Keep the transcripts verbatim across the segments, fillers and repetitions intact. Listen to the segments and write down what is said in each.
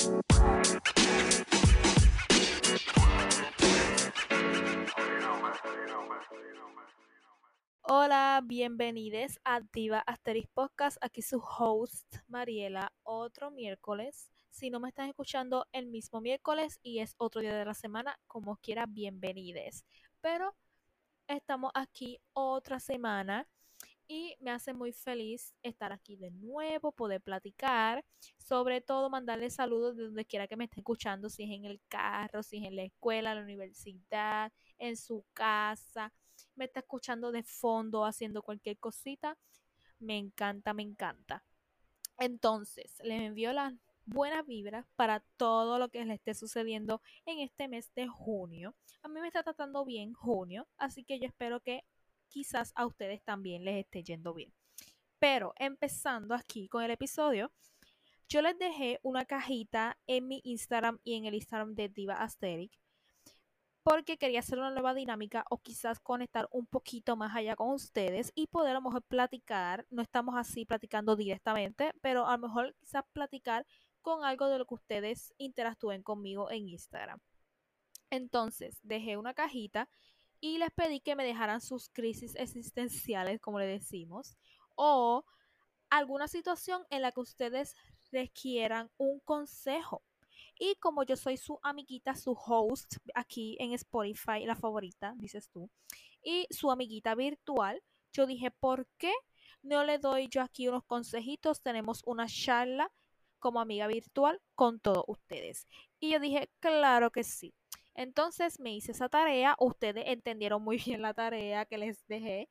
Hola, bienvenidos a Diva Asteris Podcast. Aquí su host Mariela, otro miércoles. Si no me están escuchando el mismo miércoles y es otro día de la semana, como quiera, bienvenidos. Pero estamos aquí otra semana y me hace muy feliz estar aquí de nuevo, poder platicar, sobre todo mandarles saludos de donde quiera que me esté escuchando, si es en el carro, si es en la escuela, la universidad, en su casa, me está escuchando de fondo haciendo cualquier cosita, me encanta, me encanta. Entonces, les envío las buenas vibras para todo lo que les esté sucediendo en este mes de junio. A mí me está tratando bien junio, así que yo espero que quizás a ustedes también les esté yendo bien. Pero empezando aquí con el episodio, yo les dejé una cajita en mi Instagram y en el Instagram de Diva Aesthetic porque quería hacer una nueva dinámica o quizás conectar un poquito más allá con ustedes y poder a lo mejor platicar, no estamos así platicando directamente, pero a lo mejor quizás platicar con algo de lo que ustedes interactúen conmigo en Instagram. Entonces, dejé una cajita y les pedí que me dejaran sus crisis existenciales, como le decimos, o alguna situación en la que ustedes requieran un consejo. Y como yo soy su amiguita, su host aquí en Spotify, la favorita, dices tú, y su amiguita virtual, yo dije, ¿por qué no le doy yo aquí unos consejitos? Tenemos una charla como amiga virtual con todos ustedes. Y yo dije, claro que sí. Entonces me hice esa tarea, ustedes entendieron muy bien la tarea que les dejé.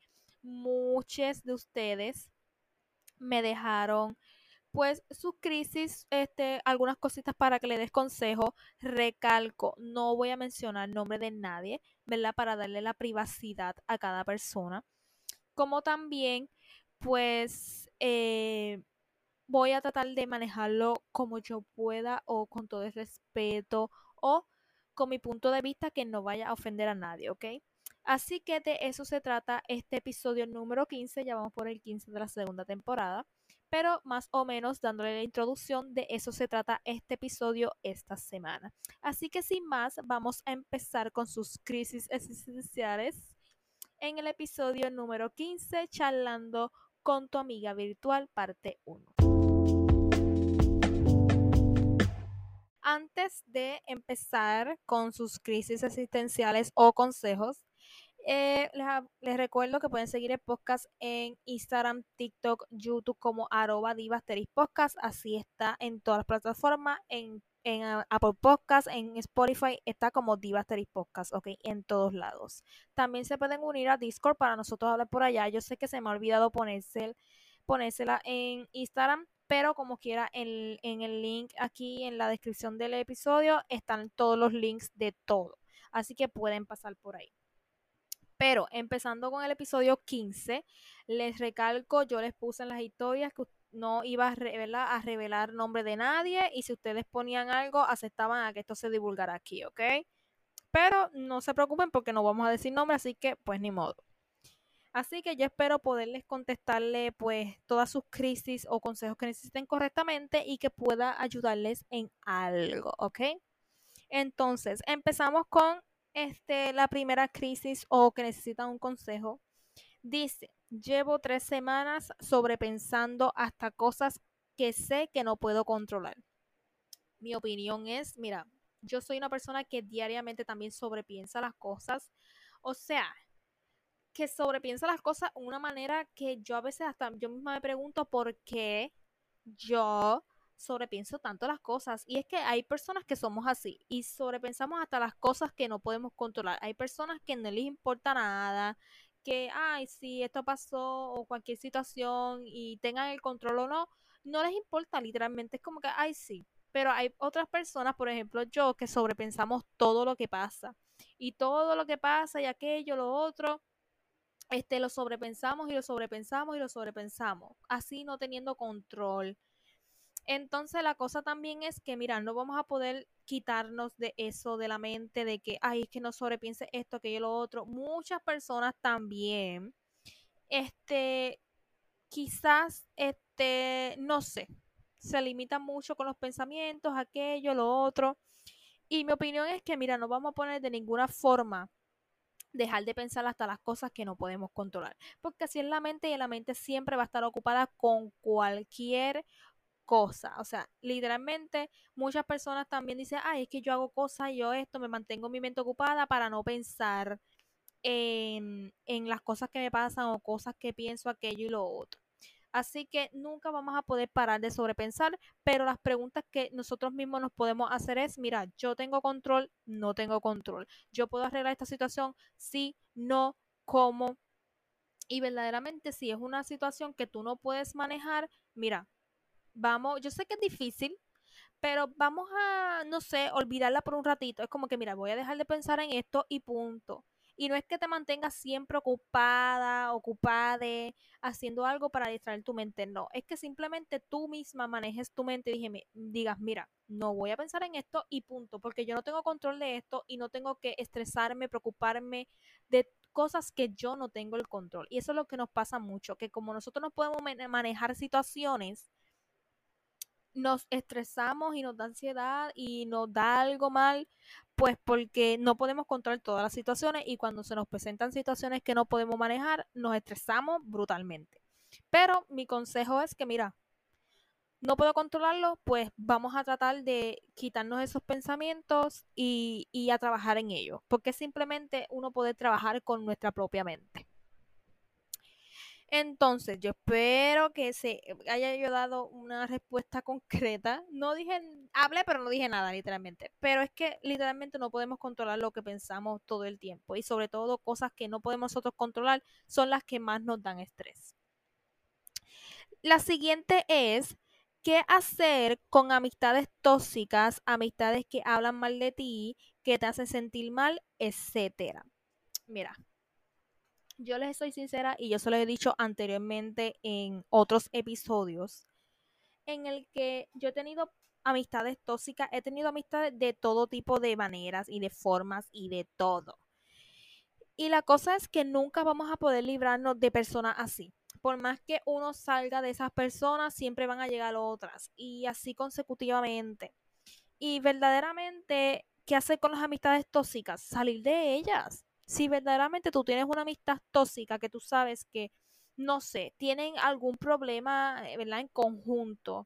Muchos de ustedes me dejaron pues sus crisis, este, algunas cositas para que le des consejo. Recalco, no voy a mencionar nombre de nadie, ¿verdad? Para darle la privacidad a cada persona. Como también, pues, eh, voy a tratar de manejarlo como yo pueda o con todo el respeto o con mi punto de vista que no vaya a ofender a nadie, ¿ok? Así que de eso se trata este episodio número quince, ya vamos por el quince de la segunda temporada, pero más o menos dándole la introducción, de eso se trata este episodio esta semana. Así que sin más, vamos a empezar con sus crisis existenciales en el episodio número quince, charlando con tu amiga virtual, parte uno. Antes de empezar con sus crisis existenciales o consejos, eh, les, les, recuerdo que pueden seguir el podcast en Instagram, TikTok, YouTube como arroba divasteris podcast. Así está en todas las plataformas, en, en uh, Apple Podcast, en Spotify, está como Divasteris Podcast, ok, en todos lados. También se pueden unir a Discord para nosotros hablar por allá. Yo sé que se me ha olvidado ponerse, ponérsela en Instagram, pero como quiera, en, en el link aquí en la descripción del episodio están todos los links de todo. Así que pueden pasar por ahí. Pero empezando con el episodio quince, les recalco, yo les puse en las historias que no iba a revelar, a revelar nombre de nadie y si ustedes ponían algo, aceptaban a que esto se divulgara aquí, ¿ok? Pero no se preocupen porque no vamos a decir nombre, así que pues ni modo. Así que yo espero poderles contestarle pues todas sus crisis o consejos que necesiten correctamente y que pueda ayudarles en algo, ¿ok? Entonces, empezamos con este, la primera crisis o que necesitan un consejo. Dice, llevo tres semanas sobrepensando hasta cosas que sé que no puedo controlar. Mi opinión es, mira, yo soy una persona que diariamente también sobrepiensa las cosas. O sea, que sobrepiensa las cosas de una manera que yo a veces hasta yo misma me pregunto por qué yo sobrepienso tanto las cosas. Y es que hay personas que somos así y sobrepensamos hasta las cosas que no podemos controlar. Hay personas que no les importa nada, que, ay, si esto pasó o cualquier situación y tengan el control o no, no les importa literalmente. Es como que, ay, sí. Pero hay otras personas, por ejemplo, yo, que sobrepensamos todo lo que pasa. Y todo lo que pasa y aquello, lo otro, este, lo sobrepensamos y lo sobrepensamos y lo sobrepensamos, así no teniendo control. Entonces la cosa también es que, mira, no vamos a poder quitarnos de eso de la mente, de que, ay, es que no sobrepiense esto, aquello, lo otro. Muchas personas también, este, quizás, este, no sé. se limitan mucho con los pensamientos, aquello, lo otro. Y mi opinión es que, mira, no vamos a poner de ninguna forma dejar de pensar hasta las cosas que no podemos controlar, porque así es la mente y la mente siempre va a estar ocupada con cualquier cosa. O sea, literalmente muchas personas también dicen, ay, es que yo hago cosas, yo esto, me mantengo mi mente ocupada para no pensar en, en las cosas que me pasan o cosas que pienso aquello y lo otro. Así que nunca vamos a poder parar de sobrepensar, pero las preguntas que nosotros mismos nos podemos hacer es, mira, yo tengo control, no tengo control. Yo puedo arreglar esta situación, sí, no, cómo. Y verdaderamente si es una situación que tú no puedes manejar, mira, vamos, yo sé que es difícil, pero vamos a, no sé, olvidarla por un ratito. Es como que, mira, voy a dejar de pensar en esto y punto. Y no es que te mantengas siempre ocupada, ocupade, haciendo algo para distraer tu mente, no. Es que simplemente tú misma manejes tu mente y dije, digas, mira, no voy a pensar en esto y punto, porque yo no tengo control de esto y no tengo que estresarme, preocuparme de cosas que yo no tengo el control. Y eso es lo que nos pasa mucho, que como nosotros no podemos manejar situaciones, nos estresamos y nos da ansiedad y nos da algo mal, pues porque no podemos controlar todas las situaciones y cuando se nos presentan situaciones que no podemos manejar, nos estresamos brutalmente. Pero mi consejo es que, mira, no puedo controlarlo, pues vamos a tratar de quitarnos esos pensamientos y, y a trabajar en ello, porque simplemente uno puede trabajar con nuestra propia mente. Entonces, yo espero que se haya yo dado una respuesta concreta. No dije, hablé, pero no dije nada, literalmente. Pero es que literalmente no podemos controlar lo que pensamos todo el tiempo. Y sobre todo cosas que no podemos nosotros controlar son las que más nos dan estrés. La siguiente es, ¿qué hacer con amistades tóxicas, amistades que hablan mal de ti, que te hacen sentir mal, etcétera? Mira, yo les soy sincera y yo se lo he dicho anteriormente en otros episodios en el que yo he tenido amistades tóxicas, he tenido amistades de todo tipo de maneras y de formas y de todo. Y la cosa es que nunca vamos a poder librarnos de personas así. Por más que uno salga de esas personas, siempre van a llegar otras y así consecutivamente. Y verdaderamente, ¿qué hacer con las amistades tóxicas? Salir de ellas. Si verdaderamente tú tienes una amistad tóxica que tú sabes que, no sé, tienen algún problema, eh, ¿verdad? En conjunto.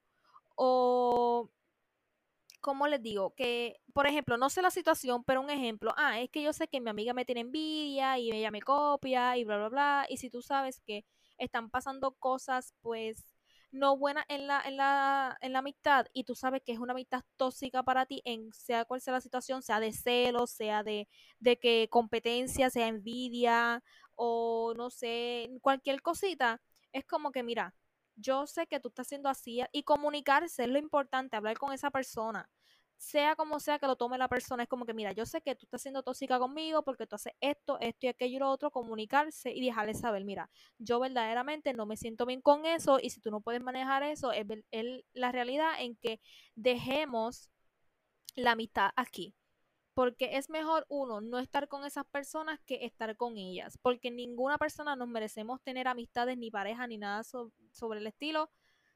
O ¿cómo les digo? Que, por ejemplo, no sé la situación, pero un ejemplo, ah, es que yo sé que mi amiga me tiene envidia y ella me copia y bla, bla, bla, y si tú sabes que están pasando cosas, pues, no buenas en la, en la, en la amistad, y tú sabes que es una amistad tóxica para ti, en sea cual sea la situación, sea de celos, sea de, de que competencia, sea envidia, o no sé, cualquier cosita, es como que, mira, yo sé que tú estás haciendo así y comunicarse es lo importante, hablar con esa persona sea como sea que lo tome la persona, es como que, mira, yo sé que tú estás siendo tóxica conmigo porque tú haces esto, esto y aquello y lo otro, comunicarse y dejarle saber, mira, yo verdaderamente no me siento bien con eso y si tú no puedes manejar eso, es, es la realidad en que dejemos la amistad aquí. Porque es mejor uno no estar con esas personas que estar con ellas. Porque ninguna persona nos merecemos tener amistades, ni pareja, ni nada so sobre el estilo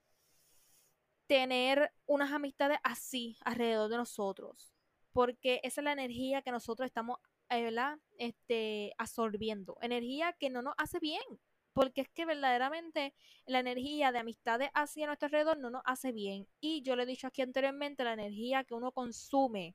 tener unas amistades así alrededor de nosotros, porque esa es la energía que nosotros estamos, eh, ¿verdad? Este, absorbiendo, energía que no nos hace bien, porque es que verdaderamente la energía de amistades hacia nuestro alrededor no nos hace bien. Y yo le he dicho aquí anteriormente, la energía que uno consume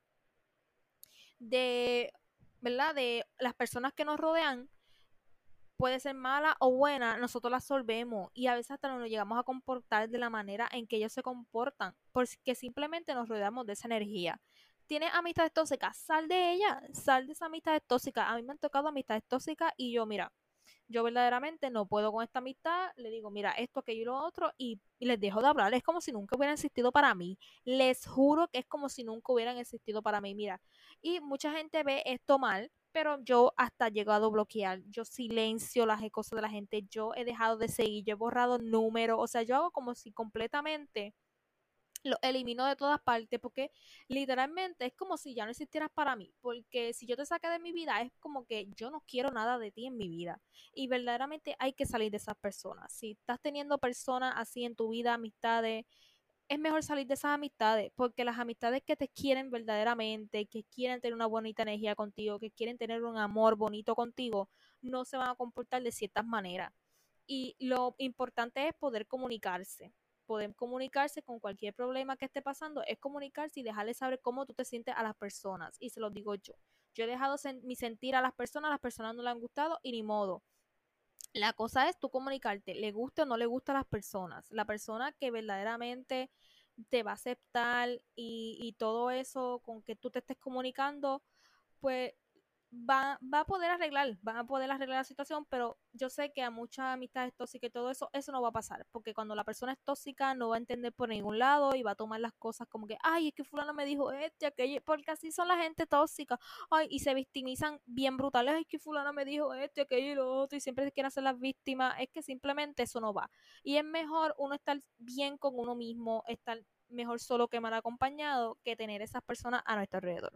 de, ¿verdad? De las personas que nos rodean puede ser mala o buena, nosotros la solvemos y a veces hasta no nos llegamos a comportar de la manera en que ellos se comportan, porque simplemente nos rodeamos de esa energía. ¿Tienes amistades tóxicas? Sal de ella, sal de esa amistad tóxica. A mí me han tocado amistades tóxicas y yo, mira, yo verdaderamente no puedo con esta amistad, le digo, mira, esto, aquello y lo otro, y, y les dejo de hablar. Es como si nunca hubieran existido para mí. Les juro que es como si nunca hubieran existido para mí, mira. Y mucha gente ve esto mal, pero yo hasta he llegado a bloquear, yo silencio las cosas de la gente, yo he dejado de seguir, yo he borrado números, o sea, yo hago como si completamente lo elimino de todas partes porque literalmente es como si ya no existieras para mí, porque si yo te saqué de mi vida es como que yo no quiero nada de ti en mi vida y verdaderamente hay que salir de esas personas. Si estás teniendo personas así en tu vida, amistades, es mejor salir de esas amistades, porque las amistades que te quieren verdaderamente, que quieren tener una bonita energía contigo, que quieren tener un amor bonito contigo, no se van a comportar de ciertas maneras. Y lo importante es poder comunicarse. Poder comunicarse con cualquier problema que esté pasando, es comunicarse y dejarles saber cómo tú te sientes a las personas. Y se lo digo yo. Yo he dejado sen mi sentir a las personas, las personas no le han gustado y ni modo. La cosa es tú comunicarte, le gusta o no le gusta a las personas. La persona que verdaderamente te va a aceptar y, y todo eso con que tú te estés comunicando, pues va, va a poder arreglar, va a poder arreglar la situación, pero yo sé que a muchas amistades tóxicas y todo eso, eso no va a pasar, porque cuando la persona es tóxica no va a entender por ningún lado y va a tomar las cosas como que, ay, es que fulano me dijo este, aquello, porque así son la gente tóxica, ay, y se victimizan bien brutales, ay, que fulano me dijo este, aquello y lo otro, y siempre se quieren hacer las víctimas, es que simplemente eso no va. Y es mejor uno estar bien con uno mismo, estar mejor solo que mal acompañado, que tener esas personas a nuestro alrededor.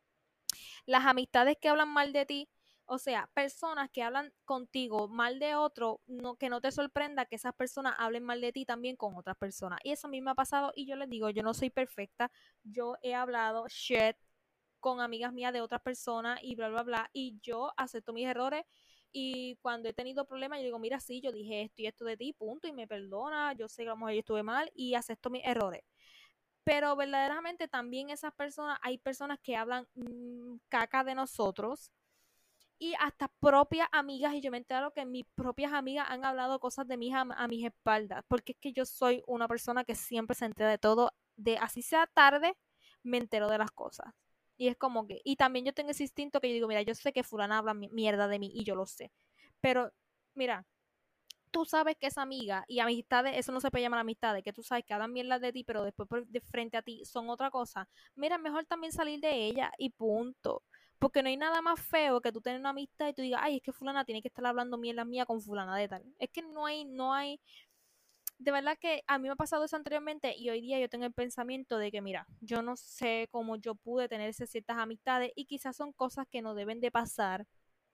Las amistades que hablan mal de ti, o sea, personas que hablan contigo mal de otro, no, que no te sorprenda que esas personas hablen mal de ti también con otras personas. Y eso a mí me ha pasado y yo les digo, yo no soy perfecta, yo he hablado shit con amigas mías de otras personas y bla, bla, bla, y yo acepto mis errores. Y cuando he tenido problemas, yo digo, mira, sí, yo dije esto y esto de ti, punto, y me perdona, yo sé que a lo mejor yo estuve mal y acepto mis errores. Pero verdaderamente también esas personas, hay personas que hablan mmm, caca de nosotros y hasta propias amigas, y yo me entero que mis propias amigas han hablado cosas de mí a, a mis espaldas, porque es que yo soy una persona que siempre se entera de todo, de así sea tarde, me entero de las cosas. Y es como que, y también yo tengo ese instinto que yo digo, mira, yo sé que fulana habla mierda de mí y yo lo sé, pero mira, tú sabes que esa amiga y amistades, eso no se puede llamar amistades, que tú sabes que hablan mierda de ti, pero después por, de frente a ti son otra cosa. Mira, mejor también salir de ella y punto. Porque no hay nada más feo que tú tener una amistad y tú digas, ay, es que fulana tiene que estar hablando mierda mía con fulana de tal. Es que no hay, no hay, de verdad que a mí me ha pasado eso anteriormente y hoy día yo tengo el pensamiento de que, mira, yo no sé cómo yo pude tener esas ciertas amistades y quizás son cosas que no deben de pasar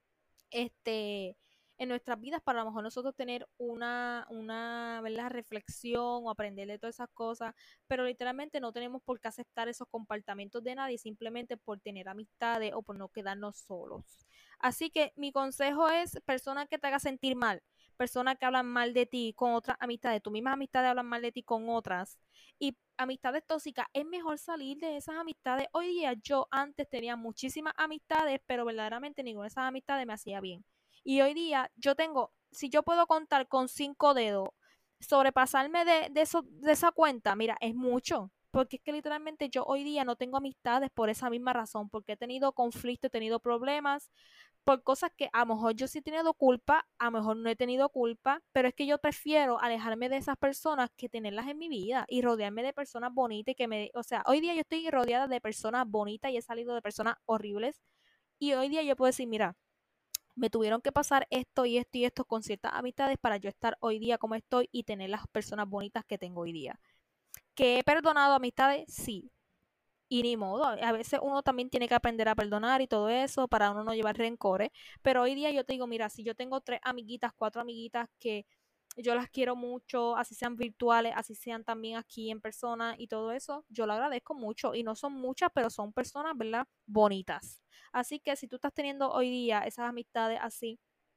este, en nuestras vidas para a lo mejor nosotros tener una, una ¿verdad? Reflexión o aprender de todas esas cosas, pero literalmente no tenemos por qué aceptar esos comportamientos de nadie simplemente por tener amistades o por no quedarnos solos. Así que mi consejo es, persona que te haga sentir mal, personas que hablan mal de ti con otras amistades, tus mismas amistades hablan mal de ti con otras y amistades tóxicas, es mejor salir de esas amistades. Hoy día yo antes tenía muchísimas amistades, pero verdaderamente ninguna de esas amistades me hacía bien. Y hoy día yo tengo, si yo puedo contar con cinco dedos, sobrepasarme de, de, eso, de esa cuenta, mira, es mucho. Porque es que literalmente yo hoy día no tengo amistades por esa misma razón, porque he tenido conflictos, he tenido problemas, por cosas que a lo mejor yo sí he tenido culpa, a lo mejor no he tenido culpa, pero es que yo prefiero alejarme de esas personas que tenerlas en mi vida y rodearme de personas bonitas y que me, o sea, hoy día yo estoy rodeada de personas bonitas y he salido de personas horribles y hoy día yo puedo decir, mira, me tuvieron que pasar esto y esto y esto con ciertas amistades para yo estar hoy día como estoy y tener las personas bonitas que tengo hoy día. ¿Que he perdonado amistades? Sí, y ni modo, a veces uno también tiene que aprender a perdonar y todo eso para uno no llevar rencores. Pero hoy día yo te digo, mira, si yo tengo tres amiguitas, cuatro amiguitas que yo las quiero mucho, así sean virtuales, así sean también aquí en persona y todo eso, yo lo agradezco mucho. Y no son muchas, pero son personas, ¿verdad? Bonitas. Así que si tú estás teniendo hoy día esas amistades así,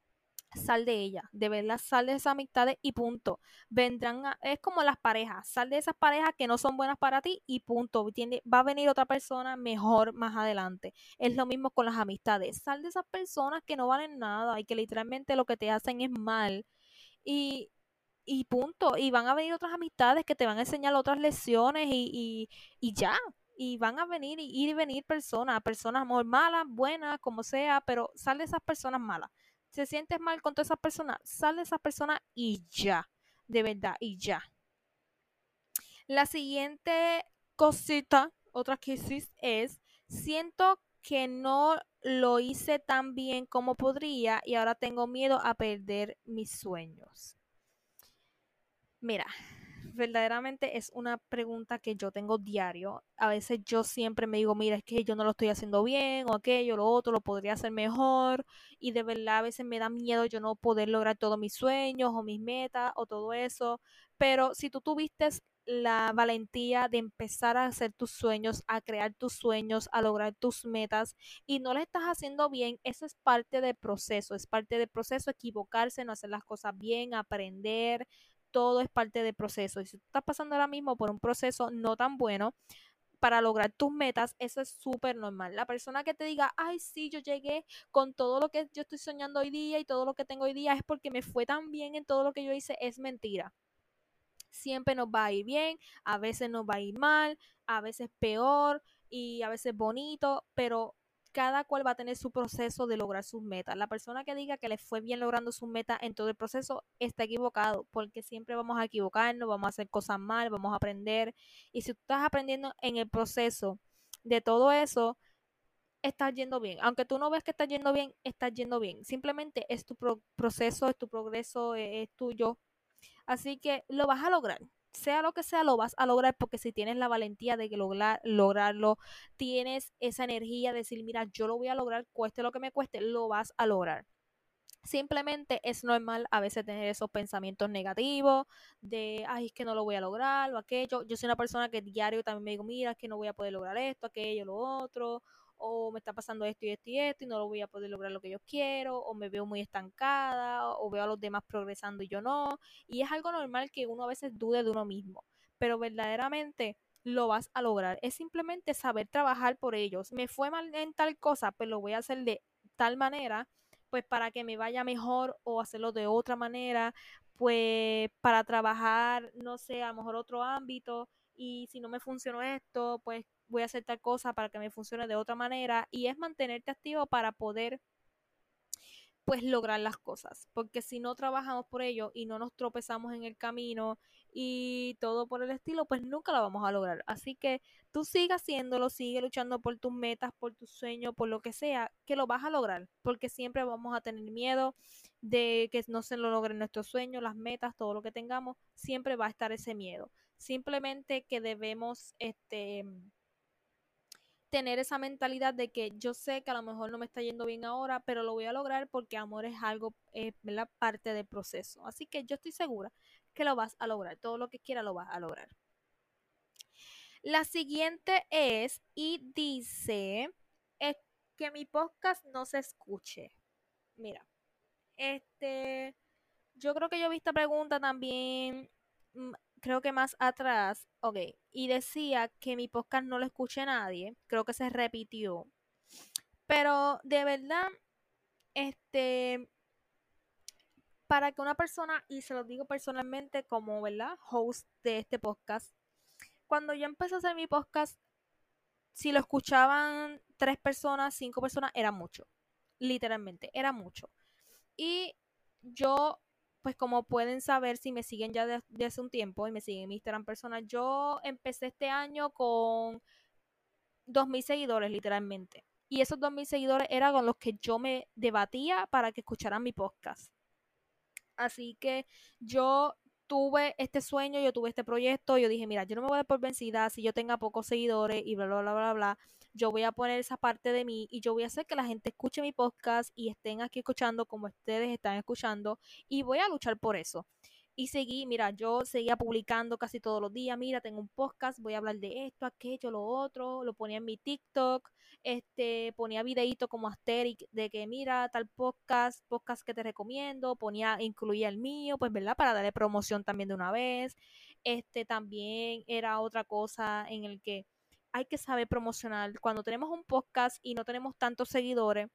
sal de ella, de verdad sal de esas amistades y punto. Vendrán, a, es como las parejas, sal de esas parejas que no son buenas para ti y punto. Tiene, va a venir otra persona mejor más adelante. Es lo mismo con las amistades, sal de esas personas que no valen nada y que literalmente lo que te hacen es mal y, y punto. Y van a venir otras amistades que te van a enseñar otras lecciones y, y, y ya. Y van a venir y ir y venir personas, personas muy malas, buenas, como sea, pero sal de esas personas malas. Si te sientes mal con todas esas personas, sal de esas personas y ya. De verdad, y ya. La siguiente cosita, otra crisis es, siento que no lo hice tan bien como podría y ahora tengo miedo a perder mis sueños. Mira, verdaderamente es una pregunta que yo tengo diario. A veces yo siempre me digo, mira, es que yo no lo estoy haciendo bien, o aquello, lo otro, lo podría hacer mejor. Y de verdad a veces me da miedo yo no poder lograr todos mis sueños o mis metas o todo eso. Pero si tú tuviste la valentía de empezar a hacer tus sueños, a crear tus sueños, a lograr tus metas y no lo estás haciendo bien, eso es parte del proceso, es parte del proceso equivocarse, no hacer las cosas bien, aprender, todo es parte del proceso. Y si tú estás pasando ahora mismo por un proceso no tan bueno para lograr tus metas, eso es súper normal. La persona que te diga, ay, sí, yo llegué con todo lo que yo estoy soñando hoy día y todo lo que tengo hoy día es porque me fue tan bien en todo lo que yo hice, es mentira. Siempre nos va a ir bien, a veces nos va a ir mal, a veces peor y a veces bonito, pero cada cual va a tener su proceso de lograr sus metas. La persona que diga que le fue bien logrando sus metas en todo el proceso está equivocado, porque siempre vamos a equivocarnos, vamos a hacer cosas mal, vamos a aprender. Y si tú estás aprendiendo en el proceso de todo eso, estás yendo bien. Aunque tú no ves que estás yendo bien, estás yendo bien. Simplemente es tu pro proceso, es tu progreso, es, es tuyo, así que lo vas a lograr. Sea lo que sea, lo vas a lograr porque si tienes la valentía de lograr, lograrlo, tienes esa energía de decir, mira, yo lo voy a lograr, cueste lo que me cueste, lo vas a lograr. Simplemente es normal a veces tener esos pensamientos negativos de, ay, es que no lo voy a lograr o aquello. Yo soy una persona que diario también me digo, mira, es que no voy a poder lograr esto, aquello, lo otro, o me está pasando esto y esto y esto y no lo voy a poder lograr lo que yo quiero, o me veo muy estancada, o veo a los demás progresando y yo no. Y es algo normal que uno a veces dude de uno mismo, pero verdaderamente lo vas a lograr. Es simplemente saber trabajar por ellos. Me fue mal en tal cosa, pues lo voy a hacer de tal manera pues para que me vaya mejor o hacerlo de otra manera, pues para trabajar, no sé, a lo mejor otro ámbito y si no me funcionó esto, pues voy a hacer tal cosa para que me funcione de otra manera y es mantenerte activo para poder pues lograr las cosas, porque si no trabajamos por ello y no nos tropezamos en el camino y todo por el estilo, pues nunca lo vamos a lograr. Así que tú sigue haciéndolo, sigue luchando por tus metas, por tus sueños, por lo que sea, que lo vas a lograr, porque siempre vamos a tener miedo de que no se lo logren nuestros sueños, las metas, todo lo que tengamos, siempre va a estar ese miedo. Simplemente que debemos este tener esa mentalidad de que yo sé que a lo mejor no me está yendo bien ahora, pero lo voy a lograr porque amor es algo, eh, la parte del proceso. Así que yo estoy segura que lo vas a lograr. Todo lo que quieras lo vas a lograr. La siguiente es, y dice, es que mi podcast no se escuche. Mira, este, yo creo que yo vi esta pregunta también, mm, creo que más atrás, ok, y decía que mi podcast no lo escuche nadie, creo que se repitió. Pero de verdad, este, para que una persona, y se lo digo personalmente como, ¿verdad? Host de este podcast, cuando yo empecé a hacer mi podcast, si lo escuchaban tres personas, cinco personas, era mucho. Literalmente, era mucho. Y yo, pues como pueden saber, si me siguen ya de, de hace un tiempo y me siguen en mi Instagram personal, yo empecé este año con dos mil seguidores, literalmente. Y esos dos mil seguidores eran con los que yo me debatía para que escucharan mi podcast. Así que yo tuve este sueño, yo tuve este proyecto, yo dije, mira, yo no me voy a dar por vencida si yo tenga pocos seguidores y bla, bla, bla, bla, bla. Yo voy a poner esa parte de mí y yo voy a hacer que la gente escuche mi podcast y estén aquí escuchando como ustedes están escuchando y voy a luchar por eso. Y seguí, mira, yo seguía publicando casi todos los días, mira, tengo un podcast, voy a hablar de esto, aquello, lo otro, lo ponía en mi TikTok, este, ponía videitos como Asterix de que mira tal podcast, podcast que te recomiendo, ponía, incluía el mío, pues verdad, para darle promoción también de una vez. Este también era otra cosa en el que hay que saber promocionar. Cuando tenemos un podcast y no tenemos tantos seguidores,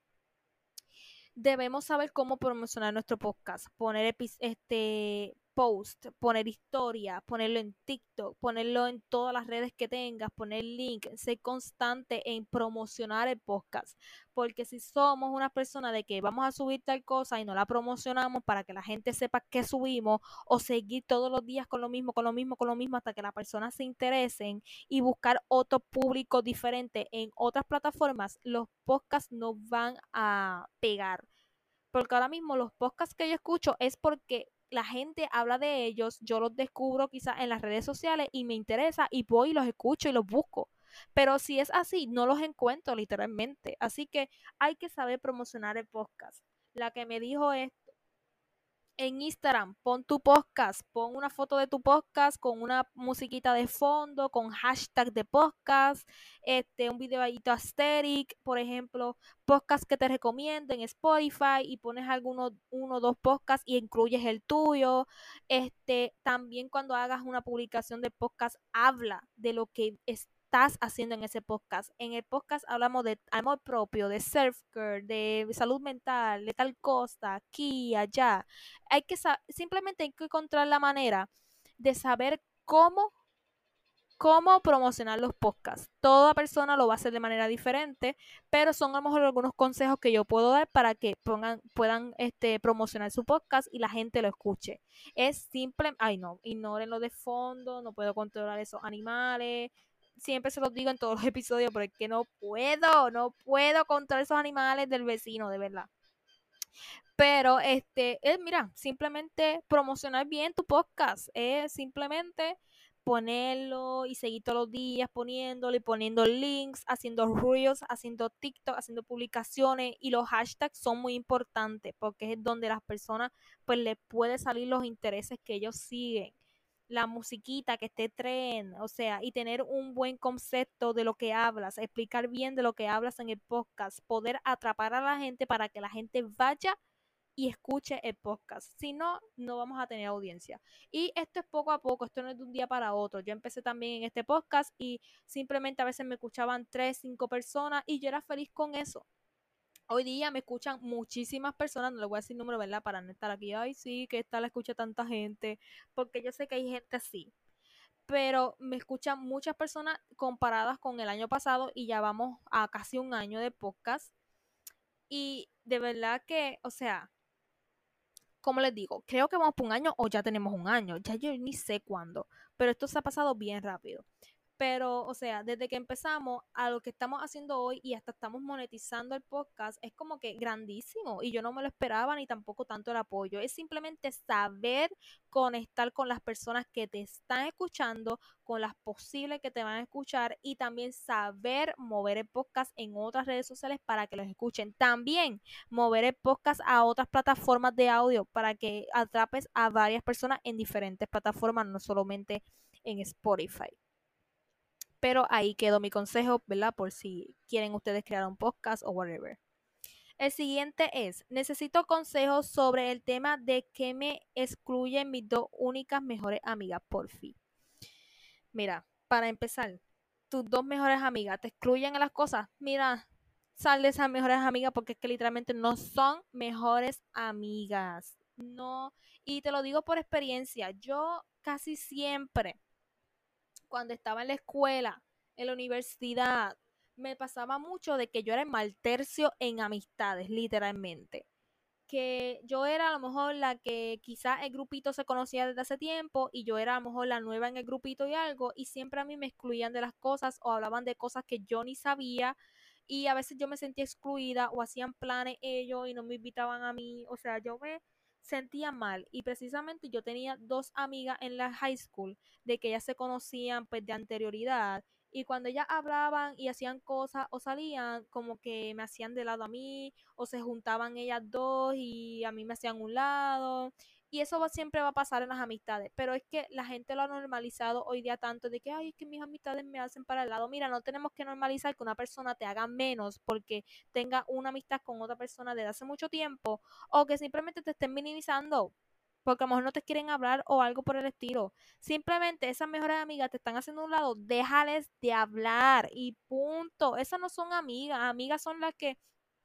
debemos saber cómo promocionar nuestro podcast, poner este post, poner historia, ponerlo en TikTok, ponerlo en todas las redes que tengas, poner link, ser constante en promocionar el podcast, porque si somos una persona de que vamos a subir tal cosa y no la promocionamos para que la gente sepa que subimos o seguir todos los días con lo mismo, con lo mismo, con lo mismo hasta que las personas se interesen y buscar otro público diferente en otras plataformas, los podcasts no van a pegar, porque ahora mismo los podcasts que yo escucho es porque la gente habla de ellos, yo los descubro quizás en las redes sociales y me interesa y voy y los escucho y los busco. Pero si es así, no los encuentro literalmente. Así que hay que saber promocionar el podcast. La que me dijo esto en Instagram, pon tu podcast, pon una foto de tu podcast con una musiquita de fondo, con hashtag de podcast, este, un videito aesthetic, por ejemplo, podcast que te recomiendo en Spotify y pones algunos uno o dos podcasts y incluyes el tuyo. Este, también cuando hagas una publicación de podcast, habla de lo que estás haciendo en ese podcast. En el podcast hablamos de amor propio, de self-care, de salud mental, de tal cosa, aquí, allá. Hay que simplemente hay que encontrar la manera de saber cómo cómo promocionar los podcasts. Toda persona lo va a hacer de manera diferente, pero son a lo mejor algunos consejos que yo puedo dar para que pongan, puedan este, promocionar su podcast y la gente lo escuche. Es simple, ay no, ignórenlo de fondo, no puedo controlar esos animales. Siempre se los digo en todos los episodios, pero es que no puedo, no puedo controlar esos animales del vecino, de verdad. Pero, este, es, mira, simplemente promocionar bien tu podcast. Es simplemente ponerlo y seguir todos los días poniéndolo y poniendo links, haciendo reels, haciendo TikTok, haciendo publicaciones. Y los hashtags son muy importantes porque es donde las personas, pues, les puede salir los intereses que ellos siguen. La musiquita que esté tren, o sea, y tener un buen concepto de lo que hablas, explicar bien de lo que hablas en el podcast, poder atrapar a la gente para que la gente vaya y escuche el podcast. Si no, no vamos a tener audiencia. Y esto es poco a poco, esto no es de un día para otro. Yo empecé también en este podcast y simplemente a veces me escuchaban tres, cinco personas y yo era feliz con eso. Hoy día me escuchan muchísimas personas, no les voy a decir número, ¿verdad? Para no estar aquí, ay, sí, que esta la escucha tanta gente, porque yo sé que hay gente así. Pero me escuchan muchas personas comparadas con el año pasado y ya vamos a casi un año de podcast. Y de verdad que, o sea, como les digo, creo que vamos por un año o ya tenemos un año, ya yo ni sé cuándo, pero esto se ha pasado bien rápido. Pero, o sea, desde que empezamos a lo que estamos haciendo hoy y hasta estamos monetizando el podcast, es como que grandísimo y yo no me lo esperaba ni tampoco tanto el apoyo. Es simplemente saber conectar con las personas que te están escuchando, con las posibles que te van a escuchar y también saber mover el podcast en otras redes sociales para que los escuchen. También mover el podcast a otras plataformas de audio para que atrapes a varias personas en diferentes plataformas, no solamente en Spotify. Pero ahí quedó mi consejo, ¿verdad? Por si quieren ustedes crear un podcast o whatever. El siguiente es, necesito consejos sobre el tema de que me excluyen mis dos únicas mejores amigas, por fin. Mira, para empezar, tus dos mejores amigas te excluyen en las cosas. Mira, sal de esas mejores amigas porque es que literalmente no son mejores amigas. No, y te lo digo por experiencia. Yo casi siempre cuando estaba en la escuela, en la universidad, me pasaba mucho de que yo era el mal tercio en amistades, literalmente. Que yo era a lo mejor la que quizás el grupito se conocía desde hace tiempo y yo era a lo mejor la nueva en el grupito y algo y siempre a mí me excluían de las cosas o hablaban de cosas que yo ni sabía y a veces yo me sentía excluida o hacían planes ellos y no me invitaban a mí, o sea, yo me sentía mal y precisamente yo tenía dos amigas en la high school de que ellas se conocían pues de anterioridad y cuando ellas hablaban y hacían cosas o salían como que me hacían de lado a mí o se juntaban ellas dos y a mí me hacían un lado. Y eso va, siempre va a pasar en las amistades, pero es que la gente lo ha normalizado hoy día tanto de que, ay, es que mis amistades me hacen para el lado. Mira, no tenemos que normalizar que una persona te haga menos porque tenga una amistad con otra persona desde hace mucho tiempo o que simplemente te estén minimizando porque a lo mejor no te quieren hablar o algo por el estilo. Simplemente esas mejores amigas te están haciendo a un lado, déjales de hablar y punto. Esas no son amigas, amigas son las que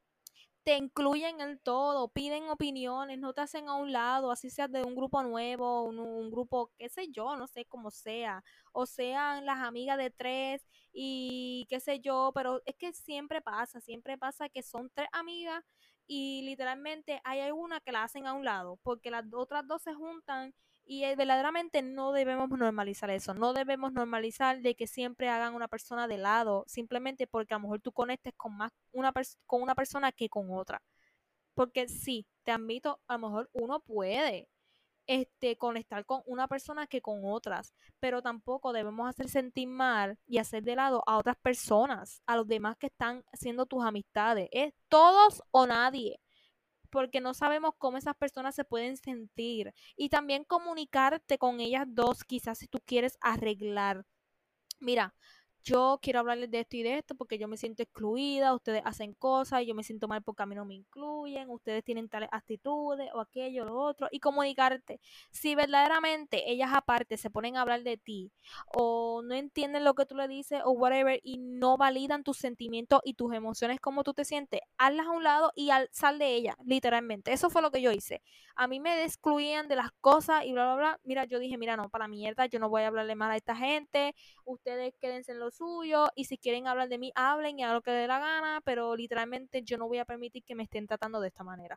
te incluyen en todo, piden opiniones, no te hacen a un lado, así sea de un grupo nuevo, un, un grupo, qué sé yo, no sé cómo sea, o sean las amigas de tres y qué sé yo, pero es que siempre pasa, siempre pasa que son tres amigas y literalmente hay una que la hacen a un lado, porque las otras dos se juntan y eh, verdaderamente no debemos normalizar eso, no debemos normalizar de que siempre hagan una persona de lado, simplemente porque a lo mejor tú conectes con más una con una persona que con otra. Porque sí, te admito, a lo mejor uno puede este, conectar con una persona que con otras, pero tampoco debemos hacer sentir mal y hacer de lado a otras personas, a los demás que están siendo tus amistades. Es todos o nadie. porque no sabemos cómo esas personas se pueden sentir. Y también comunicarte con ellas dos, quizás si tú quieres arreglar. Mira, yo quiero hablarles de esto y de esto porque yo me siento excluida, ustedes hacen cosas y yo me siento mal porque a mí no me incluyen, ustedes tienen tales actitudes o aquello, lo otro, y comunicarte. Si verdaderamente ellas aparte se ponen a hablar de ti o no entienden lo que tú le dices o whatever y no validan tus sentimientos y tus emociones como tú te sientes, hazlas a un lado y al, sal de ella, literalmente. Eso fue lo que yo hice. A mí me excluían de las cosas y bla, bla, bla. Mira, yo dije, mira, no, para mierda, yo no voy a hablarle mal a esta gente, ustedes quédense en lo suyo y si quieren hablar de mí, hablen y hagan lo que les dé la gana, pero literalmente yo no voy a permitir que me estén tratando de esta manera.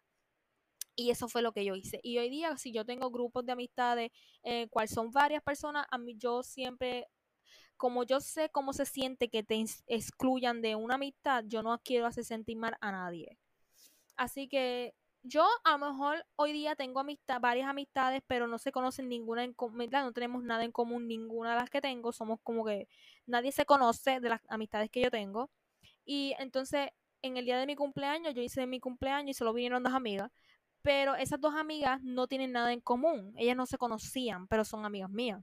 Y eso fue lo que yo hice. Y hoy día, si yo tengo grupos de amistades, eh, cual son varias personas, a mí yo siempre, como yo sé cómo se siente que te excluyan de una amistad, yo no quiero hacer sentir mal a nadie. Así que yo a lo mejor hoy día tengo amistad, varias amistades, pero no se conocen ninguna en común, no tenemos nada en común, ninguna de las que tengo, somos como que nadie se conoce de las amistades que yo tengo. Y entonces en el día de mi cumpleaños, yo hice mi cumpleaños y solo vinieron dos amigas, pero esas dos amigas no tienen nada en común, ellas no se conocían, pero son amigas mías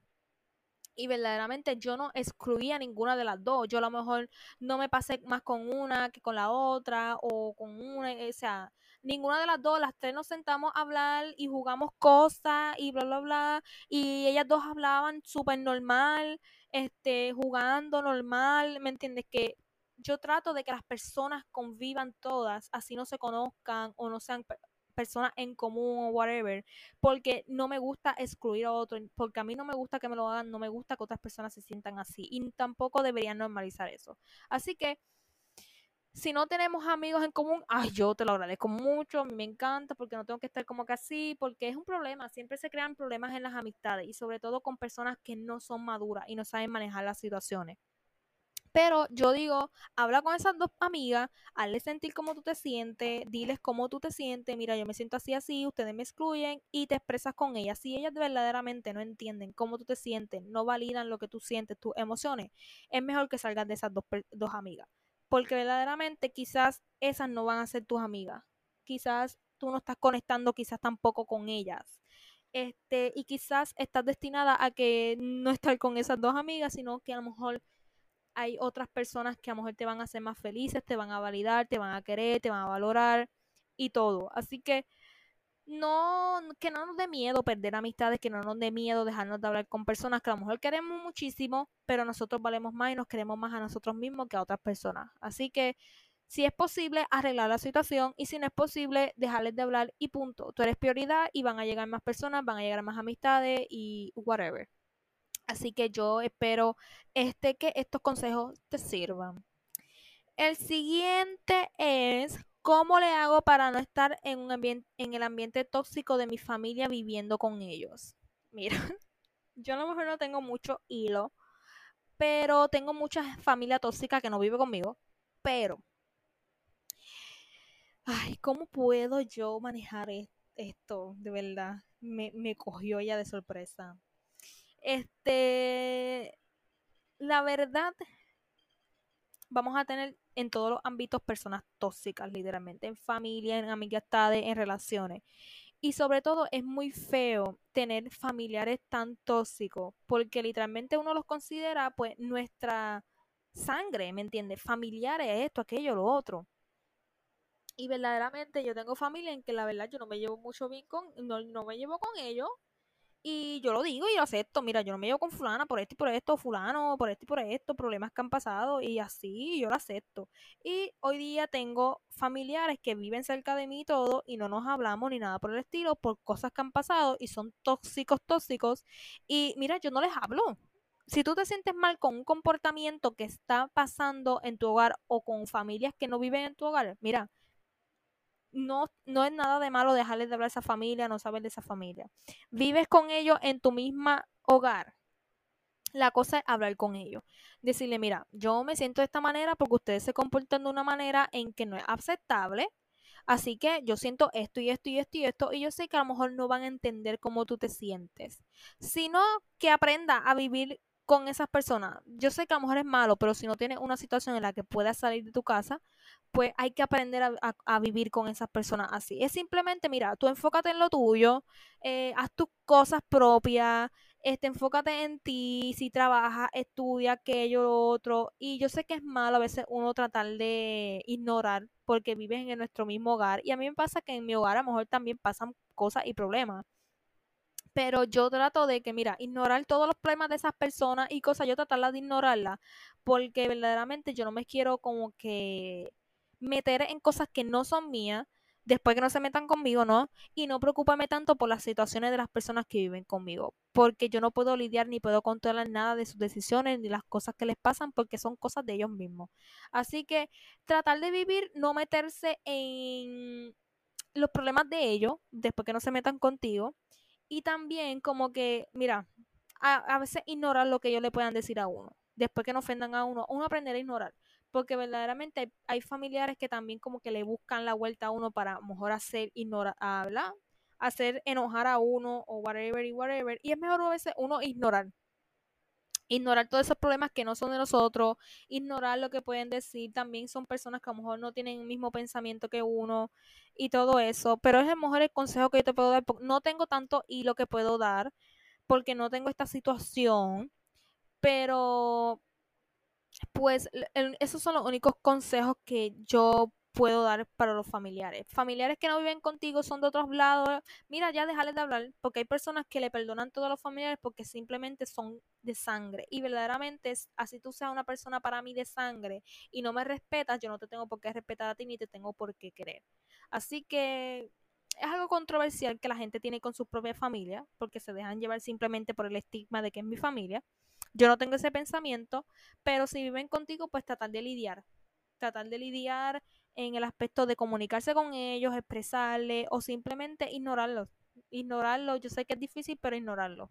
y verdaderamente yo no excluía a ninguna de las dos. Yo a lo mejor no me pasé más con una que con la otra o con una, o sea, ninguna de las dos, las tres nos sentamos a hablar y jugamos cosas y bla, bla, bla. Y ellas dos hablaban súper normal, este, jugando normal, ¿me entiendes? Que yo trato de que las personas convivan todas, así no se conozcan o no sean personas en común o whatever, porque no me gusta excluir a otro, porque a mí no me gusta que me lo hagan, no me gusta que otras personas se sientan así y tampoco deberían normalizar eso. Así que si no tenemos amigos en común, ay, yo te lo agradezco mucho, a mí me encanta porque no tengo que estar como que así, porque es un problema, siempre se crean problemas en las amistades y sobre todo con personas que no son maduras y no saben manejar las situaciones. Pero yo digo, habla con esas dos amigas, hazles sentir cómo tú te sientes, diles cómo tú te sientes, mira, yo me siento así, así, ustedes me excluyen y te expresas con ellas. Si ellas verdaderamente no entienden cómo tú te sientes, no validan lo que tú sientes, tus emociones, es mejor que salgas de esas dos, dos amigas. Porque verdaderamente quizás esas no van a ser tus amigas. Quizás tú no estás conectando quizás tampoco con ellas. Este, y quizás estás destinada a que no estar con esas dos amigas, sino que a lo mejor hay otras personas que a lo mejor te van a hacer más felices, te van a validar, te van a querer, te van a valorar y todo. Así que no, que no nos dé miedo perder amistades, que no nos dé miedo dejarnos de hablar con personas que a lo mejor queremos muchísimo, pero nosotros valemos más y nos queremos más a nosotros mismos que a otras personas. Así que si es posible, arreglar la situación y si no es posible, dejarles de hablar y punto. Tú eres prioridad y van a llegar más personas, van a llegar más amistades y whatever. Así que yo espero este, que estos consejos te sirvan. El siguiente es cómo le hago para no estar en, un ambiente, en el ambiente tóxico de mi familia viviendo con ellos. Mira, yo a lo mejor no tengo mucho hilo, pero tengo mucha familia tóxica que no vive conmigo. Pero, ay, ¿cómo puedo yo manejar esto? De verdad, me, me cogió ella de sorpresa. Este, la verdad vamos a tener en todos los ámbitos personas tóxicas, literalmente, en familia, en amistades, en relaciones. Y sobre todo es muy feo tener familiares tan tóxicos, porque literalmente uno los considera pues nuestra sangre, ¿me entiendes? Familiares, esto, aquello, lo otro. Y verdaderamente yo tengo familia en que la verdad yo no me llevo mucho bien con, no, no me llevo con ellos, y yo lo digo y lo acepto. Mira, yo no me llevo con fulana por esto y por esto, fulano por esto y por esto, problemas que han pasado y así, yo lo acepto. Y hoy día tengo familiares que viven cerca de mí y todo y no nos hablamos ni nada por el estilo por cosas que han pasado y son tóxicos, tóxicos. Y mira, yo no les hablo. Si tú te sientes mal con un comportamiento que está pasando en tu hogar o con familias que no viven en tu hogar, mira, no, no es nada de malo dejarles de hablar a esa familia, no saber de esa familia. Vives con ellos en tu misma hogar. La cosa es hablar con ellos. Decirle, mira, yo me siento de esta manera porque ustedes se comportan de una manera en que no es aceptable. Así que yo siento esto y esto y esto y esto. Y yo sé que a lo mejor no van a entender cómo tú te sientes. Sino que aprenda a vivir con esas personas. Yo sé que a lo mejor es malo, pero si no tienes una situación en la que puedas salir de tu casa, pues hay que aprender a, a- a vivir con esas personas así. Es simplemente, mira, tú enfócate en lo tuyo, eh, haz tus cosas propias, este, enfócate en ti, si trabajas, estudia aquello, lo otro. Y yo sé que es malo a veces uno tratar de ignorar porque vives en nuestro mismo hogar. Y a mí me pasa que en mi hogar a lo mejor también pasan cosas y problemas, pero yo trato de que, mira, ignorar todos los problemas de esas personas y cosas, yo tratarlas de ignorarlas, porque verdaderamente yo no me quiero como que meter en cosas que no son mías, después que no se metan conmigo, ¿no? Y no preocuparme tanto por las situaciones de las personas que viven conmigo, porque yo no puedo lidiar ni puedo controlar nada de sus decisiones ni las cosas que les pasan, porque son cosas de ellos mismos. Así que tratar de vivir, no meterse en los problemas de ellos, después que no se metan contigo, y también como que, mira, a, a veces ignorar lo que ellos le puedan decir a uno. Después que no ofendan a uno, uno aprender a ignorar. Porque verdaderamente hay, hay familiares que también como que le buscan la vuelta a uno para a lo mejor hacer ignorar, hablar, hacer enojar a uno o whatever y whatever. Y es mejor a veces uno ignorar. Ignorar todos esos problemas que no son de nosotros, ignorar lo que pueden decir, también son personas que a lo mejor no tienen el mismo pensamiento que uno y todo eso, pero es a lo mejor el consejo que yo te puedo dar, porque no tengo tanto hilo que puedo dar, porque no tengo esta situación, pero pues el- esos son los únicos consejos que yo puedo dar para los familiares. Familiares que no viven contigo, son de otros lados. Mira, ya déjales de hablar, porque hay personas que le perdonan todos los familiares porque simplemente son de sangre. Y verdaderamente, es- así tú seas una persona para mí de sangre y no me respetas, yo no te tengo por qué respetar a ti ni te tengo por qué querer. Así que es algo controversial que la gente tiene con su propia familia, porque se dejan llevar simplemente por el estigma de que es mi familia. Yo no tengo ese pensamiento, pero si viven contigo, pues tratar de lidiar, tratar de lidiar en el aspecto de comunicarse con ellos, expresarle o simplemente ignorarlos. Ignorarlo, yo sé que es difícil, pero ignorarlo.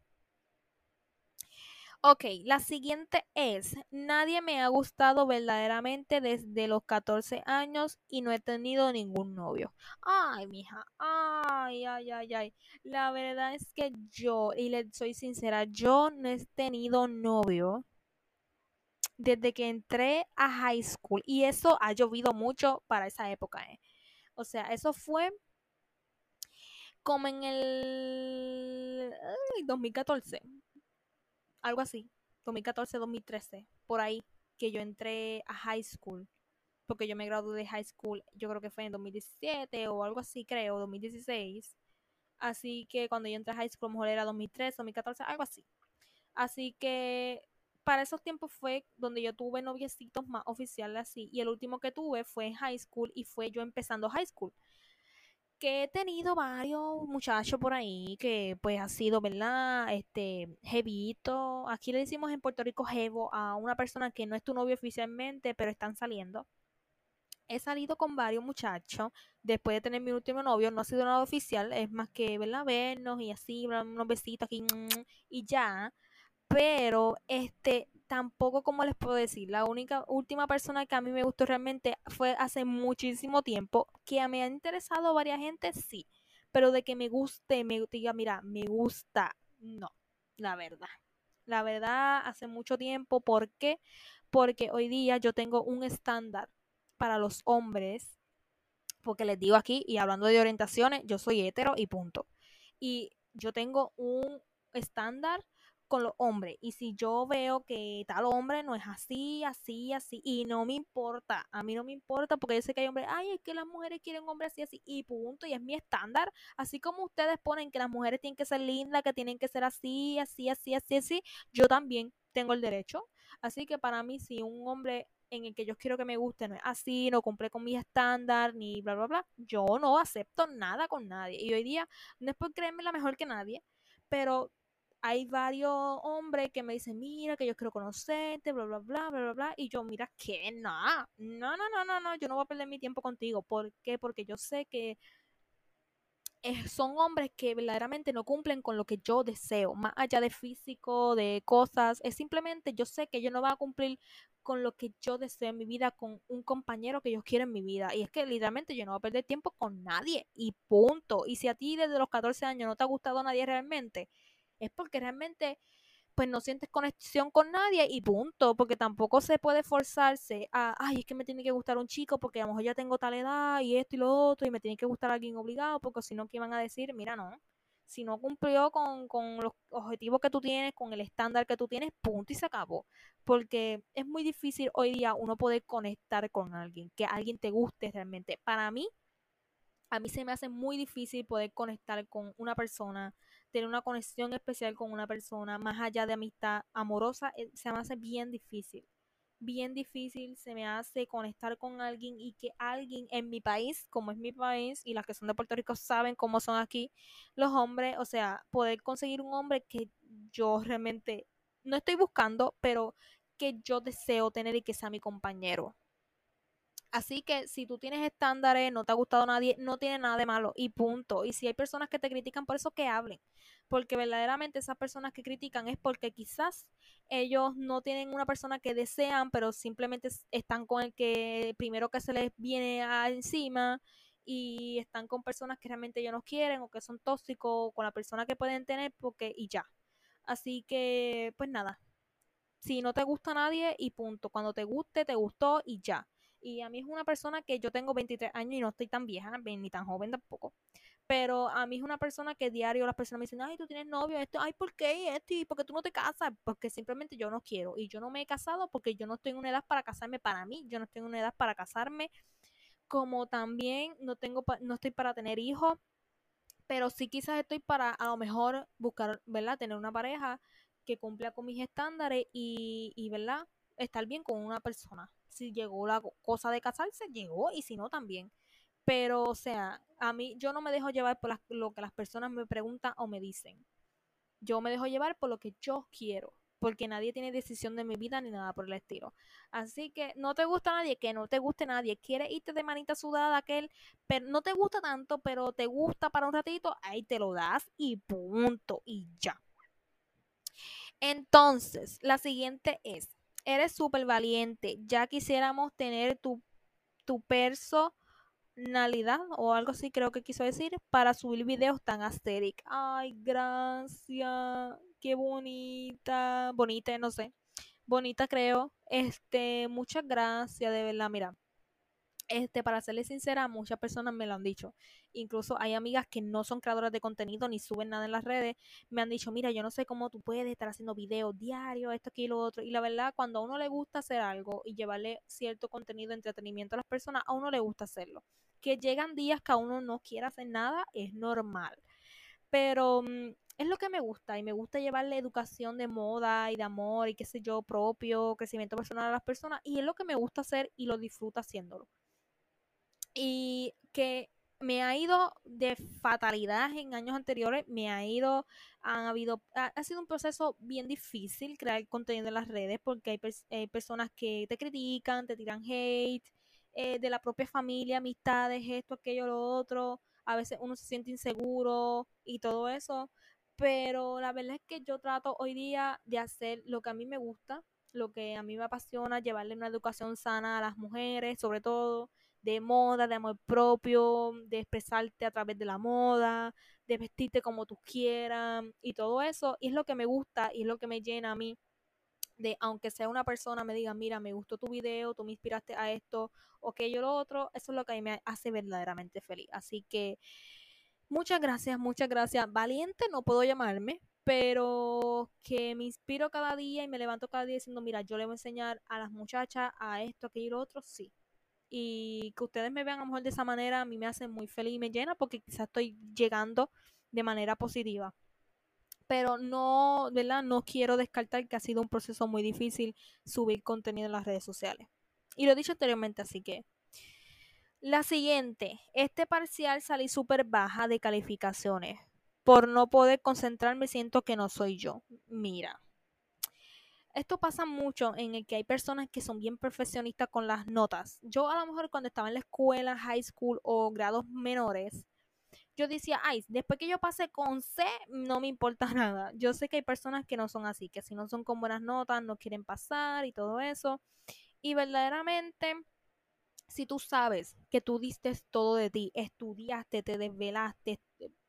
Ok, la siguiente es, nadie me ha gustado verdaderamente desde los catorce años y no he tenido ningún novio. Ay, mija, ay, ay, ay, ay. La verdad es que yo, y le soy sincera, yo no he tenido novio desde que entré a high school y eso ha llovido mucho para esa época, ¿eh? O sea, eso fue como en el ay, dos mil catorce, algo así, dos mil catorce, dos mil trece, por ahí, que yo entré a high school, porque yo me gradué de high school, yo creo que fue en dos mil diecisiete o algo así, creo, dos mil dieciséis. Así que cuando yo entré a high school, a lo mejor era dos mil trece, dos mil catorce, algo así. Así que para esos tiempos fue donde yo tuve noviecitos más oficiales así. Y el último que tuve fue en high school y fue yo empezando high school. Que he tenido varios muchachos por ahí que pues ha sido, ¿verdad? Este, jevito. Aquí le decimos en Puerto Rico jevo a una persona que no es tu novio oficialmente, pero están saliendo. He salido con varios muchachos después de tener mi último novio. No ha sido nada oficial, es más que, ¿verdad? Vernos y así, unos besitos aquí y ya, pero este tampoco, como les puedo decir, la única última persona que a mí me gustó realmente fue hace muchísimo tiempo, que me ha interesado varias gente, sí, pero de que me guste, me diga, mira, me gusta, no, la verdad. La verdad, hace mucho tiempo, ¿por qué? Porque hoy día yo tengo un estándar para los hombres, porque les digo aquí, y hablando de orientaciones, yo soy hetero y punto. Y yo tengo un estándar con los hombres. Y si yo veo que tal hombre no es así, así, así, y no me importa, a mí no me importa, porque yo sé que hay hombres, ay, es que las mujeres quieren hombres así, así, y punto, y es mi estándar. Así como ustedes ponen que las mujeres tienen que ser lindas, que tienen que ser así, así, así, así, así, yo también tengo el derecho. Así que para mí, si un hombre en el que yo quiero que me guste no es así, no cumple con mis estándar, ni bla, bla, bla, yo no acepto nada con nadie. Y hoy día no es por creerme la mejor que nadie, pero hay varios hombres que me dicen, mira, que yo quiero conocerte, bla, bla, bla, bla, bla, bla. Y yo, mira, que no, no, no, no, no, no, yo no voy a perder mi tiempo contigo. ¿Por qué? Porque yo sé que eh, son hombres que verdaderamente no cumplen con lo que yo deseo, más allá de físico, de cosas, es simplemente yo sé que yo no va a cumplir con lo que yo deseo en mi vida, con un compañero que yo quiero en mi vida. Y es que literalmente yo no voy a perder tiempo con nadie y punto. Y si a ti desde los catorce años no te ha gustado nadie realmente, es porque realmente pues no sientes conexión con nadie y punto, porque tampoco se puede forzarse a, ay, es que me tiene que gustar un chico porque a lo mejor ya tengo tal edad y esto y lo otro y me tiene que gustar alguien obligado, porque si no, ¿qué van a decir? Mira, no, si no cumplió con, con los objetivos que tú tienes, con el estándar que tú tienes, punto y se acabó, porque es muy difícil hoy día uno poder conectar con alguien, que alguien te guste realmente. Para mí, a mí se me hace muy difícil poder conectar con una persona, tener una conexión especial con una persona, más allá de amistad amorosa, eh, se me hace bien difícil. Bien difícil se me hace conectar con alguien y que alguien en mi país, como es mi país, y las que son de Puerto Rico saben cómo son aquí los hombres, o sea, poder conseguir un hombre que yo realmente no estoy buscando, pero que yo deseo tener y que sea mi compañero. Así que si tú tienes estándares, no te ha gustado nadie, no tiene nada de malo y punto. Y si hay personas que te critican por eso, que hablen. Porque verdaderamente esas personas que critican es porque quizás ellos no tienen una persona que desean, pero simplemente están con el que primero que se les viene a encima y están con personas que realmente ellos no quieren o que son tóxicos, o con la persona que pueden tener porque y ya. Así que, pues nada, si no te gusta nadie y punto. Cuando te guste, te gustó y ya. Y a mí es una persona que yo tengo veintitrés años y no estoy tan vieja, ni tan joven tampoco. Pero a mí es una persona que diario las personas me dicen, ay, tú tienes novio, esto, ay, ¿por qué esto? ¿Y por qué tú no te casas? Porque simplemente yo no quiero. Y yo no me he casado porque yo no estoy en una edad para casarme para mí. Yo no estoy en una edad para casarme. Como también no tengo, no estoy para tener hijos, pero sí quizás estoy para a lo mejor buscar, ¿verdad? Tener una pareja que cumpla con mis estándares y, y ¿verdad? Estar bien con una persona. Si llegó la cosa de casarse, llegó y si no, también. Pero, o sea, a mí yo no me dejo llevar por las, lo que las personas me preguntan o me dicen. Yo me dejo llevar por lo que yo quiero, porque nadie tiene decisión de mi vida ni nada por el estilo. Así que no te gusta nadie, que no te guste nadie. Quieres irte de manita sudada aquel, pero no te gusta tanto, pero te gusta para un ratito, ahí te lo das y punto, y ya. Entonces, la siguiente es, eres súper valiente, ya quisiéramos tener tu, tu perso personalidad o algo así creo que quiso decir para subir videos tan aesthetic. Ay, gracias. Qué bonita. Bonita, no sé. Bonita creo. Este, muchas gracias, de verdad, mira. Este, para serles sincera, muchas personas me lo han dicho. Incluso hay amigas que no son creadoras de contenido ni suben nada en las redes. Me han dicho, mira, yo no sé cómo tú puedes estar haciendo videos diarios, esto, aquí y lo otro. Y la verdad, cuando a uno le gusta hacer algo y llevarle cierto contenido de entretenimiento a las personas, a uno le gusta hacerlo. Que llegan días que a uno no quiere hacer nada, es normal. Pero mm, es lo que me gusta y me gusta llevarle educación de moda y de amor y qué sé yo, propio, crecimiento personal a las personas. Y es lo que me gusta hacer y lo disfruto haciéndolo y que me ha ido de fatalidad en años anteriores, me ha ido, han habido, ha, ha sido un proceso bien difícil crear contenido en las redes porque hay, pers hay personas que te critican, te tiran hate, eh, de la propia familia, amistades, esto, aquello, lo otro, a veces uno se siente inseguro y todo eso, pero la verdad es que yo trato hoy día de hacer lo que a mí me gusta, lo que a mí me apasiona, llevarle una educación sana a las mujeres, sobre todo de moda, de amor propio, de expresarte a través de la moda, de vestirte como tú quieras y todo eso. Y es lo que me gusta y es lo que me llena a mí de, aunque sea una persona me diga, mira, me gustó tu video, tú me inspiraste a esto o aquello lo otro, eso es lo que a mí me hace verdaderamente feliz. Así que muchas gracias, muchas gracias. Valiente no puedo llamarme, pero que me inspiro cada día y me levanto cada día diciendo, mira, yo le voy a enseñar a las muchachas a esto, aquello y lo otro, sí, y que ustedes me vean a lo mejor de esa manera a mí me hace muy feliz y me llena porque quizás estoy llegando de manera positiva. Pero no, ¿verdad? No quiero descartar que ha sido un proceso muy difícil subir contenido en las redes sociales. Y lo he dicho anteriormente, así que la siguiente, este parcial salí súper baja de calificaciones. Por no poder concentrarme siento que no soy yo. Mira, esto pasa mucho en el que hay personas que son bien perfeccionistas con las notas. Yo a lo mejor cuando estaba en la escuela, high school o grados menores, yo decía, ay, después que yo pase con C, no me importa nada. Yo sé que hay personas que no son así, que si no son con buenas notas, no quieren pasar y todo eso. Y verdaderamente, si tú sabes que tú diste todo de ti, estudiaste, te desvelaste,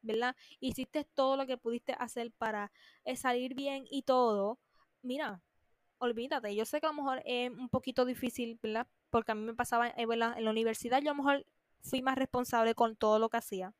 ¿verdad? Hiciste todo lo que pudiste hacer para eh, salir bien y todo, mira, olvídate. Yo sé que a lo mejor es un poquito difícil, ¿verdad? Porque a mí me pasaba, eh, ¿verdad? En la universidad yo a lo mejor fui más responsable con todo lo que hacía.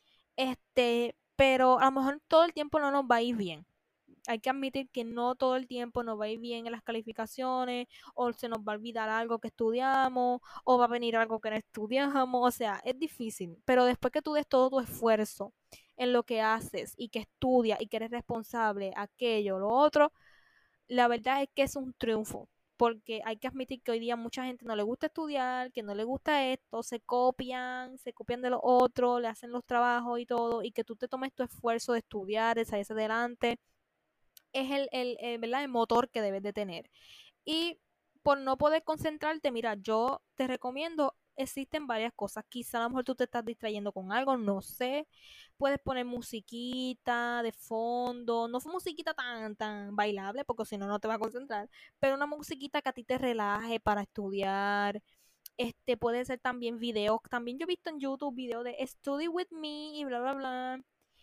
Este, pero a lo mejor todo el tiempo no nos va a ir bien. Hay que admitir que no todo el tiempo nos va a ir bien en las calificaciones, o se nos va a olvidar algo que estudiamos, o va a venir algo que no estudiamos, o sea, es difícil, pero después que tú des todo tu esfuerzo en lo que haces y que estudias y que eres responsable, aquello, lo otro, la verdad es que es un triunfo, porque hay que admitir que hoy día mucha gente no le gusta estudiar, que no le gusta esto, se copian, se copian de los otros, le hacen los trabajos y todo, y que tú te tomes tu esfuerzo de estudiar, de salir adelante, es el, el, el, ¿verdad? El motor que debes de tener. Y por no poder concentrarte, mira, yo te recomiendo, existen varias cosas. Quizá a lo mejor tú te estás distrayendo con algo, no sé. Puedes poner musiquita de fondo, no fue musiquita tan, tan bailable, porque si no, no te vas a concentrar, pero una musiquita que a ti te relaje para estudiar. Este puede ser también videos. También yo he visto en YouTube videos de Study with me y bla, bla, bla.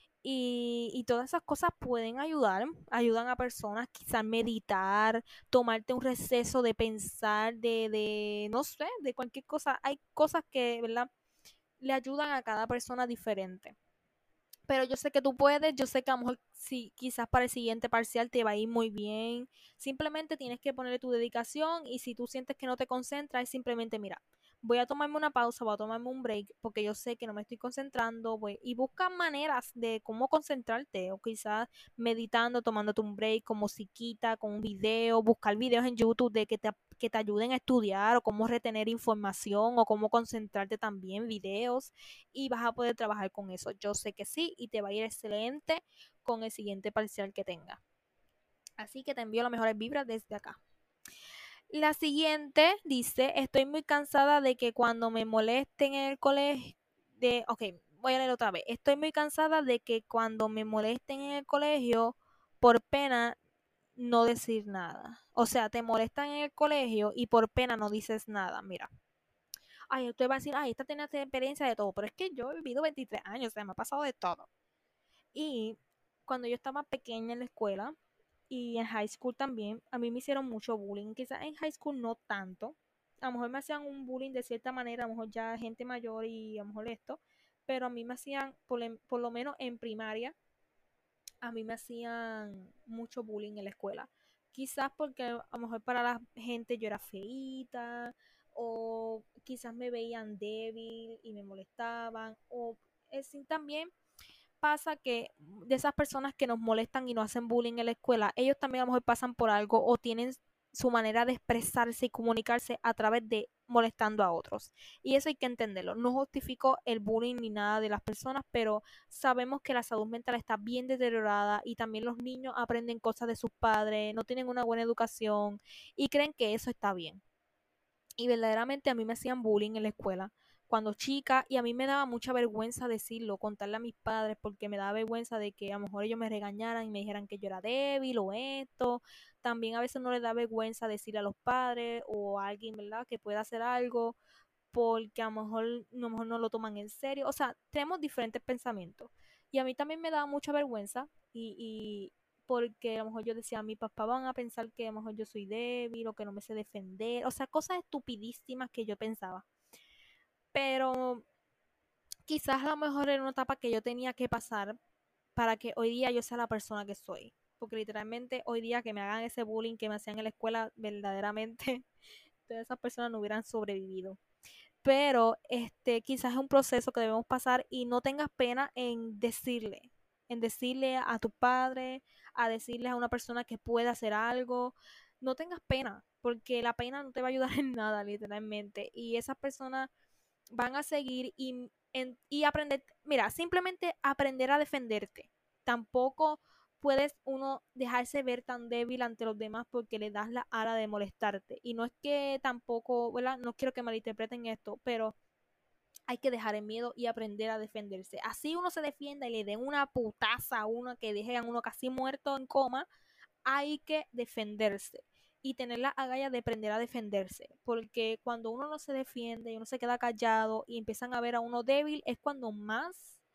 Y, y todas esas cosas pueden ayudar, ayudan a personas quizás meditar, tomarte un receso de pensar, de, de, no sé, de cualquier cosa. Hay cosas que, ¿verdad? Le ayudan a cada persona diferente. Pero yo sé que tú puedes, yo sé que a lo mejor si quizás para el siguiente parcial te va a ir muy bien. Simplemente tienes que ponerle tu dedicación y si tú sientes que no te concentras, es simplemente mira, voy a tomarme una pausa, voy a tomarme un break porque yo sé que no me estoy concentrando, voy, y busca maneras de cómo concentrarte o quizás meditando, tomándote un break con musiquita, con un video, buscar videos en YouTube de que te, que te ayuden a estudiar o cómo retener información o cómo concentrarte también, videos y vas a poder trabajar con eso. Yo sé que sí y te va a ir excelente con el siguiente parcial que tenga. Así que te envío las mejores vibras desde acá. La siguiente dice, estoy muy cansada de que cuando me molesten en el colegio, de, ok, voy a leer otra vez. Estoy muy cansada de que cuando me molesten en el colegio, por pena no decir nada. O sea, te molestan en el colegio y por pena no dices nada. Mira, ay, usted va a decir, ay, esta tiene experiencia de todo, pero es que yo he vivido veintitrés años, o sea, me ha pasado de todo. Y cuando yo estaba pequeña en la escuela y en high school también, a mí me hicieron mucho bullying. Quizás en high school no tanto. A lo mejor me hacían un bullying de cierta manera, a lo mejor ya gente mayor y a lo mejor esto, pero a mí me hacían, por, por lo menos en primaria, a mí me hacían mucho bullying en la escuela. Quizás porque a lo mejor para la gente yo era feíta, o quizás me veían débil y me molestaban, o es, también pasa que de esas personas que nos molestan y nos hacen bullying en la escuela, ellos también a lo mejor pasan por algo o tienen su manera de expresarse y comunicarse a través de molestando a otros. Y eso hay que entenderlo. No justifico el bullying ni nada de las personas, pero sabemos que la salud mental está bien deteriorada y también los niños aprenden cosas de sus padres, no tienen una buena educación y creen que eso está bien. Y verdaderamente a mí me hacían bullying en la escuela cuando chica y a mí me daba mucha vergüenza decirlo, contarle a mis padres porque me daba vergüenza de que a lo mejor ellos me regañaran y me dijeran que yo era débil o esto. También a veces no les da vergüenza decirle a los padres o a alguien, ¿verdad?, que pueda hacer algo porque a lo mejor, a lo mejor no lo toman en serio. O sea, tenemos diferentes pensamientos. Y a mí también me daba mucha vergüenza y, y porque a lo mejor yo decía, mi papá van a pensar que a lo mejor yo soy débil o que no me sé defender. O sea, cosas estupidísimas que yo pensaba. Pero quizás a lo mejor era una etapa que yo tenía que pasar para que hoy día yo sea la persona que soy. Porque literalmente hoy día que me hagan ese bullying que me hacían en la escuela, verdaderamente todas esas personas no hubieran sobrevivido. Pero este quizás es un proceso que debemos pasar y no tengas pena en decirle, en decirle a tu padre, a decirle a una persona que pueda hacer algo. No tengas pena, porque la pena no te va a ayudar en nada, literalmente. Y esas personas van a seguir y, en, y aprender, mira, simplemente aprender a defenderte. Tampoco puedes uno dejarse ver tan débil ante los demás porque le das la ala de molestarte. Y no es que tampoco, ¿verdad? No quiero que malinterpreten esto, pero hay que dejar el miedo y aprender a defenderse. Así uno se defienda y le den una putaza a uno que deje a uno casi muerto en coma, hay que defenderse y tener la agallas de aprender a defenderse, porque cuando uno no se defiende y uno se queda callado y empiezan a ver a uno débil, es cuando más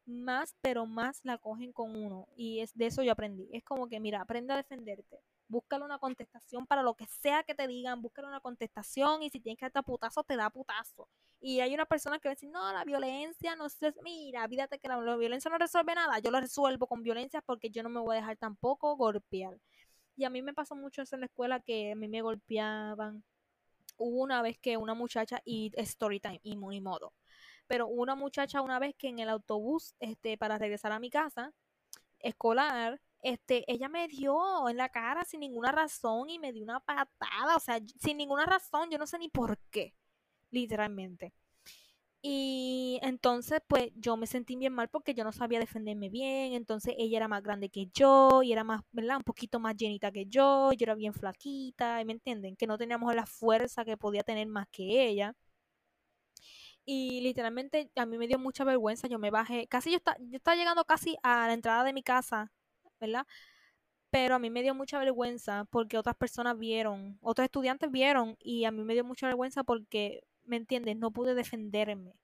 más, pero más la cogen con uno. Y es de eso yo aprendí. Es como que, mira, aprende a defenderte. Búscale una contestación para lo que sea que te digan, búscale una contestación y si tienes que dar putazo, te da putazo. Y hay una persona que va a decir, no, la violencia no sé, mira, fíjate que la, la violencia no resuelve nada, yo lo resuelvo con violencia porque yo no me voy a dejar tampoco golpear. Y a mí me pasó mucho eso en la escuela, que a mí me golpeaban. Hubo una vez que una muchacha, y story time, y ni modo, pero hubo una muchacha una vez que en el autobús, este, para regresar a mi casa escolar, este, ella me dio en la cara sin ninguna razón y me dio una patada, o sea, sin ninguna razón, yo no sé ni por qué, literalmente. Y entonces, pues yo me sentí bien mal porque yo no sabía defenderme bien. Entonces, ella era más grande que yo y era más, ¿verdad? Un poquito más llenita que yo. Yo era bien flaquita, ¿me entienden? Que no teníamos la fuerza que podía tener más que ella. Y literalmente a mí me dio mucha vergüenza. Yo me bajé, casi yo, está, yo estaba llegando casi a la entrada de mi casa, ¿verdad? Pero a mí me dio mucha vergüenza porque otras personas vieron, otros estudiantes vieron y a mí me dio mucha vergüenza porque, ¿me entiendes? No pude defenderme.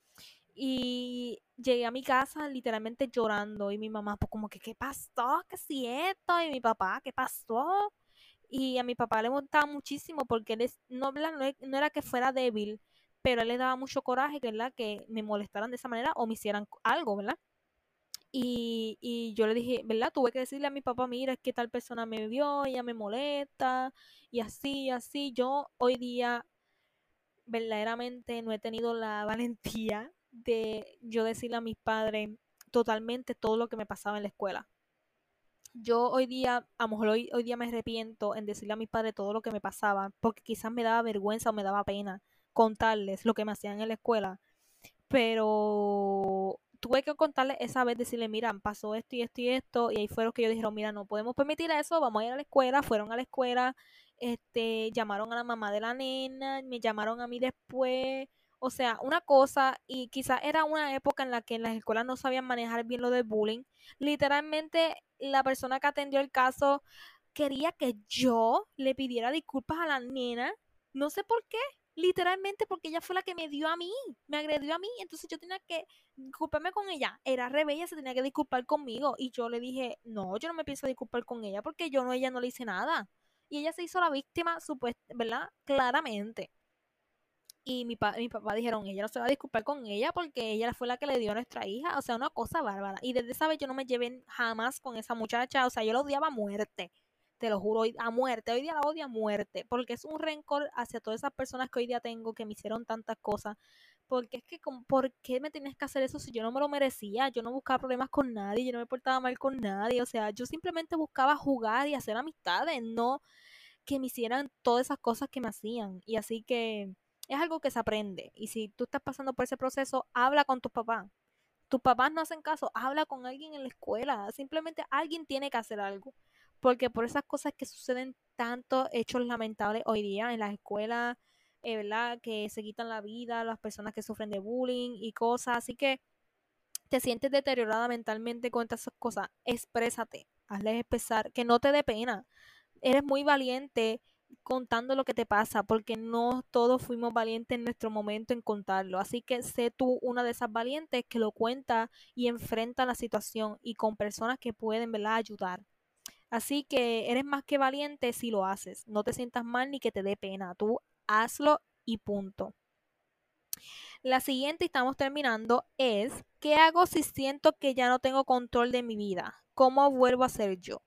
Y llegué a mi casa literalmente llorando y mi mamá pues como que, ¿qué pasó? ¿Qué es esto? Y mi papá, ¿qué pasó? Y a mi papá le gustaba muchísimo porque él es, no, ¿verdad? no, e- no era que fuera débil, pero a él le daba mucho coraje, ¿verdad? Que me molestaran de esa manera o me hicieran algo, ¿verdad? Y, y yo le dije, ¿verdad? Tuve que decirle a mi papá, mira, es que tal persona me vio, ella me molesta, y así, así. Yo hoy día verdaderamente no he tenido la valentía de yo decirle a mis padres totalmente todo lo que me pasaba en la escuela. Yo hoy día, a lo mejor hoy, hoy día me arrepiento en decirle a mis padres todo lo que me pasaba, porque quizás me daba vergüenza o me daba pena contarles lo que me hacían en la escuela, pero tuve que contarle esa vez, decirle, mira, pasó esto y esto y esto, y ahí fueron que ellos dijeron, mira, no podemos permitir eso, vamos a ir a la escuela, fueron a la escuela, este, llamaron a la mamá de la nena, me llamaron a mí después, o sea, una cosa, y quizás era una época en la que en las escuelas no sabían manejar bien lo del bullying, literalmente la persona que atendió el caso quería que yo le pidiera disculpas a la nena, no sé por qué, literalmente porque ella fue la que me dio a mí, me agredió a mí, entonces yo tenía que disculparme con ella. Era rebelde, se tenía que disculpar conmigo. Y yo le dije, no, yo no me pienso disculpar con ella porque yo no, ella no le hice nada. Y ella se hizo la víctima, supuest ¿verdad? Claramente. Y mi, pa mi papá dijeron, ella no se va a disculpar con ella porque ella fue la que le dio a nuestra hija. O sea, una cosa bárbara. Y desde esa vez yo no me llevé jamás con esa muchacha. O sea, yo la odiaba a muerte. Te lo juro, a muerte. Hoy día la odio a muerte. Porque es un rencor hacia todas esas personas que hoy día tengo que me hicieron tantas cosas. Porque es que, como, ¿por qué me tienes que hacer eso si yo no me lo merecía? Yo no buscaba problemas con nadie, yo no me portaba mal con nadie. O sea, yo simplemente buscaba jugar y hacer amistades, no que me hicieran todas esas cosas que me hacían. Y así que es algo que se aprende. Y si tú estás pasando por ese proceso, habla con tus papás. Tus papás no hacen caso, habla con alguien en la escuela. Simplemente alguien tiene que hacer algo. Porque por esas cosas que suceden tantos hechos lamentables hoy día en las escuelas, eh, ¿verdad? Que se quitan la vida, las personas que sufren de bullying y cosas. Así que te sientes deteriorada mentalmente con todas esas cosas, exprésate, hazles expresar, que no te dé pena. Eres muy valiente contando lo que te pasa, porque no todos fuimos valientes en nuestro momento en contarlo. Así que sé tú una de esas valientes que lo cuenta y enfrenta la situación y con personas que pueden, ¿verdad?, ayudar. Así que eres más que valiente si lo haces. No te sientas mal ni que te dé pena. Tú hazlo y punto. La siguiente, y estamos terminando, es ¿qué hago si siento que ya no tengo control de mi vida? ¿Cómo vuelvo a ser yo?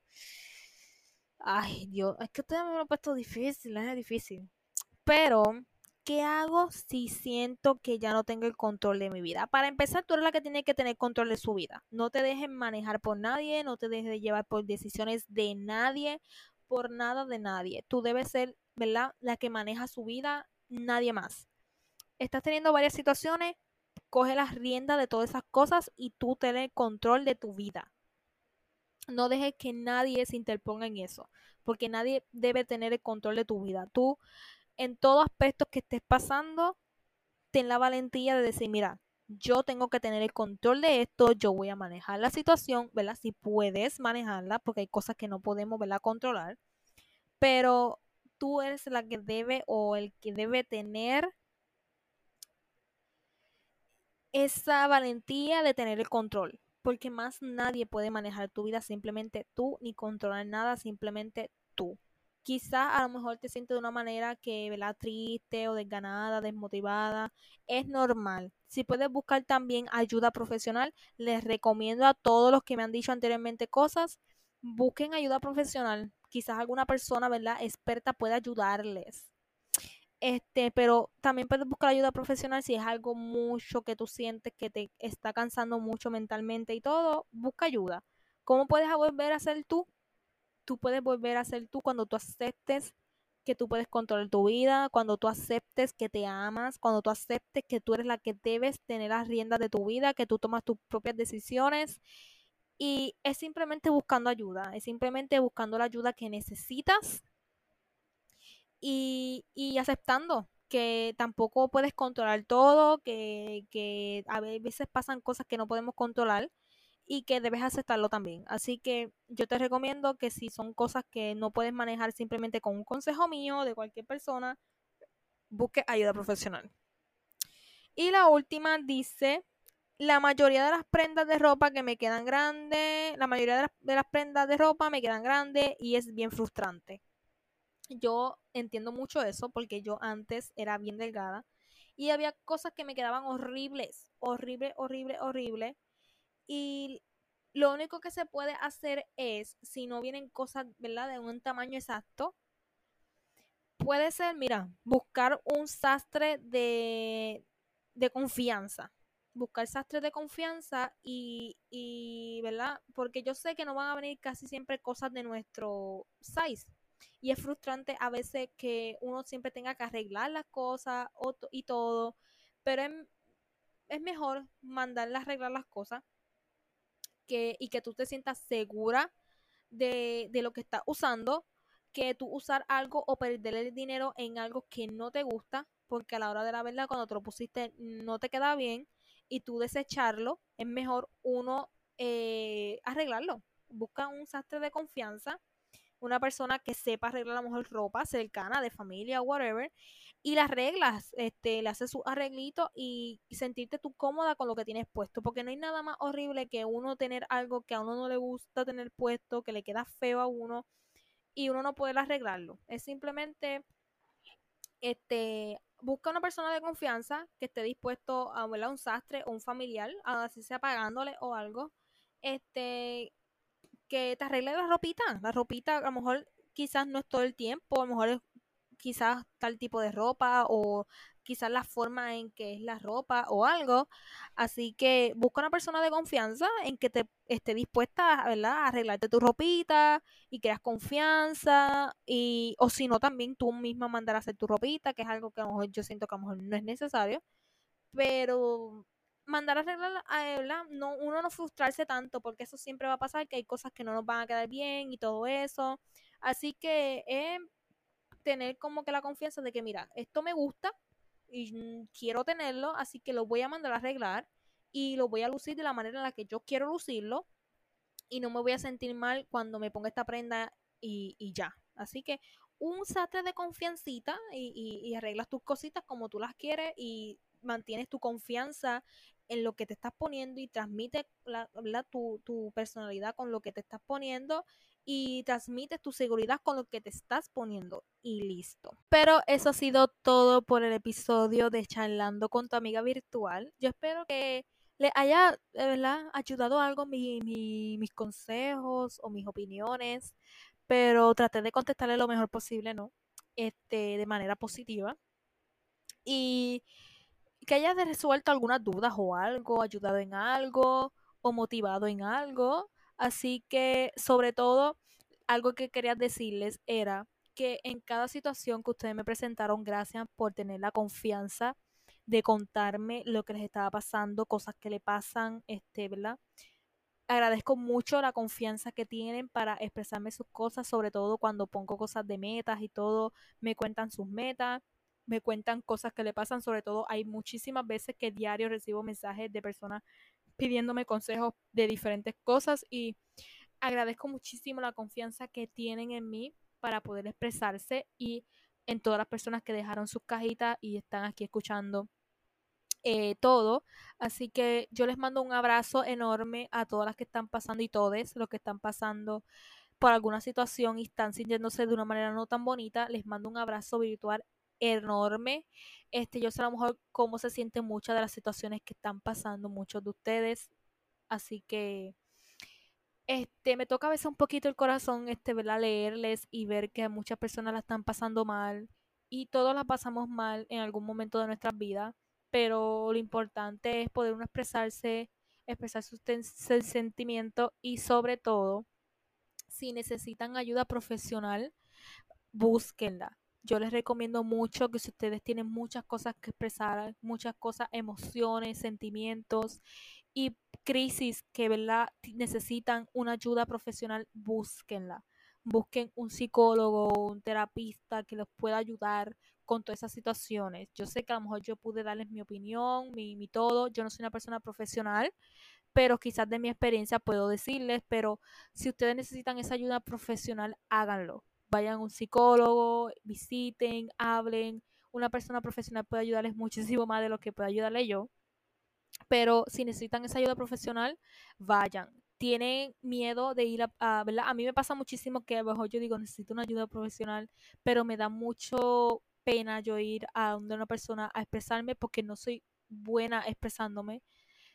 Ay, Dios, es que ustedes me lo han puesto difícil, es difícil. Pero, ¿qué hago si siento que ya no tengo el control de mi vida? Para empezar, tú eres la que tiene que tener control de su vida. No te dejes manejar por nadie, no te dejes llevar por decisiones de nadie, por nada de nadie. Tú debes ser, ¿verdad?, la que maneja su vida, nadie más. Estás teniendo varias situaciones, coge las riendas de todas esas cosas y tú ten control de tu vida. No dejes que nadie se interponga en eso, porque nadie debe tener el control de tu vida. Tú, en todo aspecto que estés pasando, ten la valentía de decir, mira, yo tengo que tener el control de esto, yo voy a manejar la situación, ¿verdad? Si puedes manejarla, porque hay cosas que no podemos, ¿verdad?, controlar, pero tú eres la que debe o el que debe tener esa valentía de tener el control, porque más nadie puede manejar tu vida, simplemente tú, ni controlar nada, simplemente tú. Quizás a lo mejor te sientes de una manera que, ¿verdad? Triste o desganada, desmotivada. Es normal. Si puedes buscar también ayuda profesional, les recomiendo a todos los que me han dicho anteriormente cosas, busquen ayuda profesional. Quizás alguna persona, ¿verdad? Experta pueda ayudarles. Este, pero también puedes buscar ayuda profesional si es algo mucho que tú sientes que te está cansando mucho mentalmente y todo, busca ayuda. ¿Cómo puedes volver a ser tú? Tú puedes volver a ser tú cuando tú aceptes que tú puedes controlar tu vida, cuando tú aceptes que te amas, cuando tú aceptes que tú eres la que debes tener las riendas de tu vida, que tú tomas tus propias decisiones. Y es simplemente buscando ayuda, es simplemente buscando la ayuda que necesitas y, y aceptando que tampoco puedes controlar todo, que, que a veces pasan cosas que no podemos controlar y que debes aceptarlo también. Así que yo te recomiendo que si son cosas que no puedes manejar simplemente con un consejo mío de cualquier persona, busque ayuda profesional. Y la última dice, la mayoría de las prendas de ropa que me quedan grandes, la mayoría de las, de las prendas de ropa me quedan grandes y es bien frustrante. Yo entiendo mucho eso porque yo antes era bien delgada y había cosas que me quedaban horribles, horrible, horrible, horrible. Y lo único que se puede hacer es, si no vienen cosas, ¿verdad?, de un tamaño exacto, puede ser, mira, buscar un sastre de, de confianza. Buscar sastres de confianza y, y, ¿verdad? Porque yo sé que no van a venir casi siempre cosas de nuestro size. Y es frustrante a veces que uno siempre tenga que arreglar las cosas o y todo. Pero es, es mejor mandarle a arreglar las cosas que, y que tú te sientas segura de, de lo que estás usando, que tú usar algo o perder el dinero en algo que no te gusta, porque a la hora de la verdad, cuando te lo pusiste, no te queda bien y tú desecharlo, es mejor uno eh, arreglarlo. Busca un sastre de confianza, una persona que sepa arreglar a lo mejor ropa cercana, de familia, whatever, y las reglas, este, le haces su arreglito y, y sentirte tú cómoda con lo que tienes puesto, porque no hay nada más horrible que uno tener algo que a uno no le gusta tener puesto, que le queda feo a uno y uno no puede arreglarlo. Es simplemente, este, busca una persona de confianza que esté dispuesto a ¿verdad? Un sastre o un familiar, así sea pagándole o algo, este, que te arregle la ropita. La ropita a lo mejor quizás no es todo el tiempo, a lo mejor es quizás tal tipo de ropa o quizás la forma en que es la ropa o algo. Así que busca una persona de confianza en que te esté dispuesta, ¿verdad?, a arreglarte tu ropita y creas confianza y o si no también tú misma mandar a hacer tu ropita, que es algo que a lo mejor yo siento que a lo mejor no es necesario, pero mandar a arreglar, a ¿verdad? No, uno no frustrarse tanto, porque eso siempre va a pasar, que hay cosas que no nos van a quedar bien y todo eso. Así que es tener como que la confianza de que, mira, esto me gusta y mm, quiero tenerlo, así que lo voy a mandar a arreglar y lo voy a lucir de la manera en la que yo quiero lucirlo y no me voy a sentir mal cuando me ponga esta prenda y, y ya. Así que un sastre de confiancita y, y, y arreglas tus cositas como tú las quieres y mantienes tu confianza en lo que te estás poniendo y transmite la, la, tu, tu personalidad con lo que te estás poniendo y transmites tu seguridad con lo que te estás poniendo y listo. Pero eso ha sido todo por el episodio de Charlando con tu amiga virtual. Yo espero que le haya, de verdad, ayudado algo mi, mi, mis consejos o mis opiniones, pero traté de contestarle lo mejor posible, ¿no? Este, de manera positiva. Y que haya resuelto algunas dudas o algo, ayudado en algo o motivado en algo. Así que, sobre todo, algo que quería decirles era que en cada situación que ustedes me presentaron, gracias por tener la confianza de contarme lo que les estaba pasando, cosas que le pasan, este, ¿verdad? Agradezco mucho la confianza que tienen para expresarme sus cosas, sobre todo cuando pongo cosas de metas y todo, me cuentan sus metas, me cuentan cosas que le pasan, sobre todo hay muchísimas veces que diario recibo mensajes de personas pidiéndome consejos de diferentes cosas y agradezco muchísimo la confianza que tienen en mí para poder expresarse y en todas las personas que dejaron sus cajitas y están aquí escuchando eh, todo. Así que yo les mando un abrazo enorme a todas las que están pasando y todos los que están pasando por alguna situación y están sintiéndose de una manera no tan bonita. Les mando un abrazo virtual enorme. Este, yo sé a lo mejor cómo se sienten muchas de las situaciones que están pasando muchos de ustedes. Así que este, me toca a veces un poquito el corazón, este, ¿verdad? Leerles y ver que muchas personas la están pasando mal y todos la pasamos mal en algún momento de nuestras vidas, pero lo importante es poder uno expresarse, expresar sus ten- sus sentimientos y sobre todo, si necesitan ayuda profesional, búsquenla. Yo les recomiendo mucho que si ustedes tienen muchas cosas que expresar, muchas cosas, emociones, sentimientos y crisis que, ¿verdad?, necesitan una ayuda profesional, búsquenla. Busquen un psicólogo, un terapista que los pueda ayudar con todas esas situaciones. Yo sé que a lo mejor yo pude darles mi opinión, mi, mi todo. Yo no soy una persona profesional, pero quizás de mi experiencia puedo decirles, pero si ustedes necesitan esa ayuda profesional, háganlo. Vayan a un psicólogo, visiten, hablen. Una persona profesional puede ayudarles muchísimo más de lo que puedo ayudarle yo, pero si necesitan esa ayuda profesional, vayan. Tienen miedo de ir a, a, ¿verdad? A mí me pasa muchísimo que a lo mejor yo digo, necesito una ayuda profesional, pero me da mucho pena yo ir a donde una persona a expresarme porque no soy buena expresándome,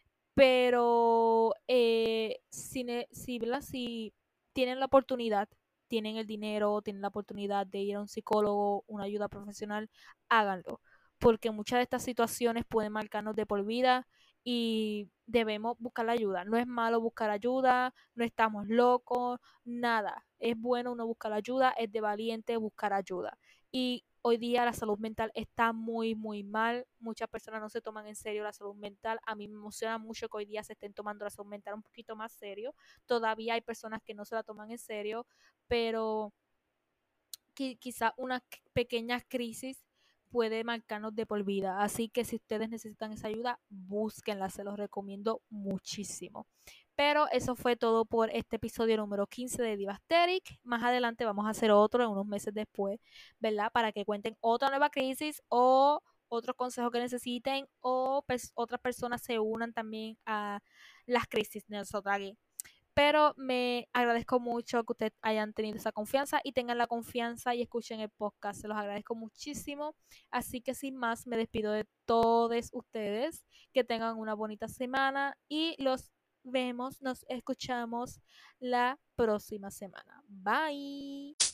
pero eh, si, ne- si, ¿verdad? Si tienen la oportunidad, tienen el dinero, tienen la oportunidad de ir a un psicólogo, una ayuda profesional, háganlo, porque muchas de estas situaciones pueden marcarnos de por vida y debemos buscar la ayuda. No es malo buscar ayuda, no estamos locos, nada. Es bueno uno buscar ayuda, es de valiente buscar ayuda. Y hoy día la salud mental está muy, muy mal. Muchas personas no se toman en serio la salud mental. A mí me emociona mucho que hoy día se estén tomando la salud mental un poquito más serio. Todavía hay personas que no se la toman en serio, pero qui- quizá una c- pequeña crisis puede marcarnos de por vida. Así que si ustedes necesitan esa ayuda, búsquenla, se los recomiendo muchísimo. Pero eso fue todo por este episodio número quince de Divasteric. Más adelante vamos a hacer otro en unos meses después, ¿verdad? Para que cuenten otra nueva crisis o otro consejo que necesiten o pers- otras personas se unan también a las crisis de nosotros aquí. Pero me agradezco mucho que ustedes hayan tenido esa confianza y tengan la confianza y escuchen el podcast. Se los agradezco muchísimo. Así que sin más, me despido de todos ustedes. Que tengan una bonita semana y los vemos, nos escuchamos la próxima semana. Bye.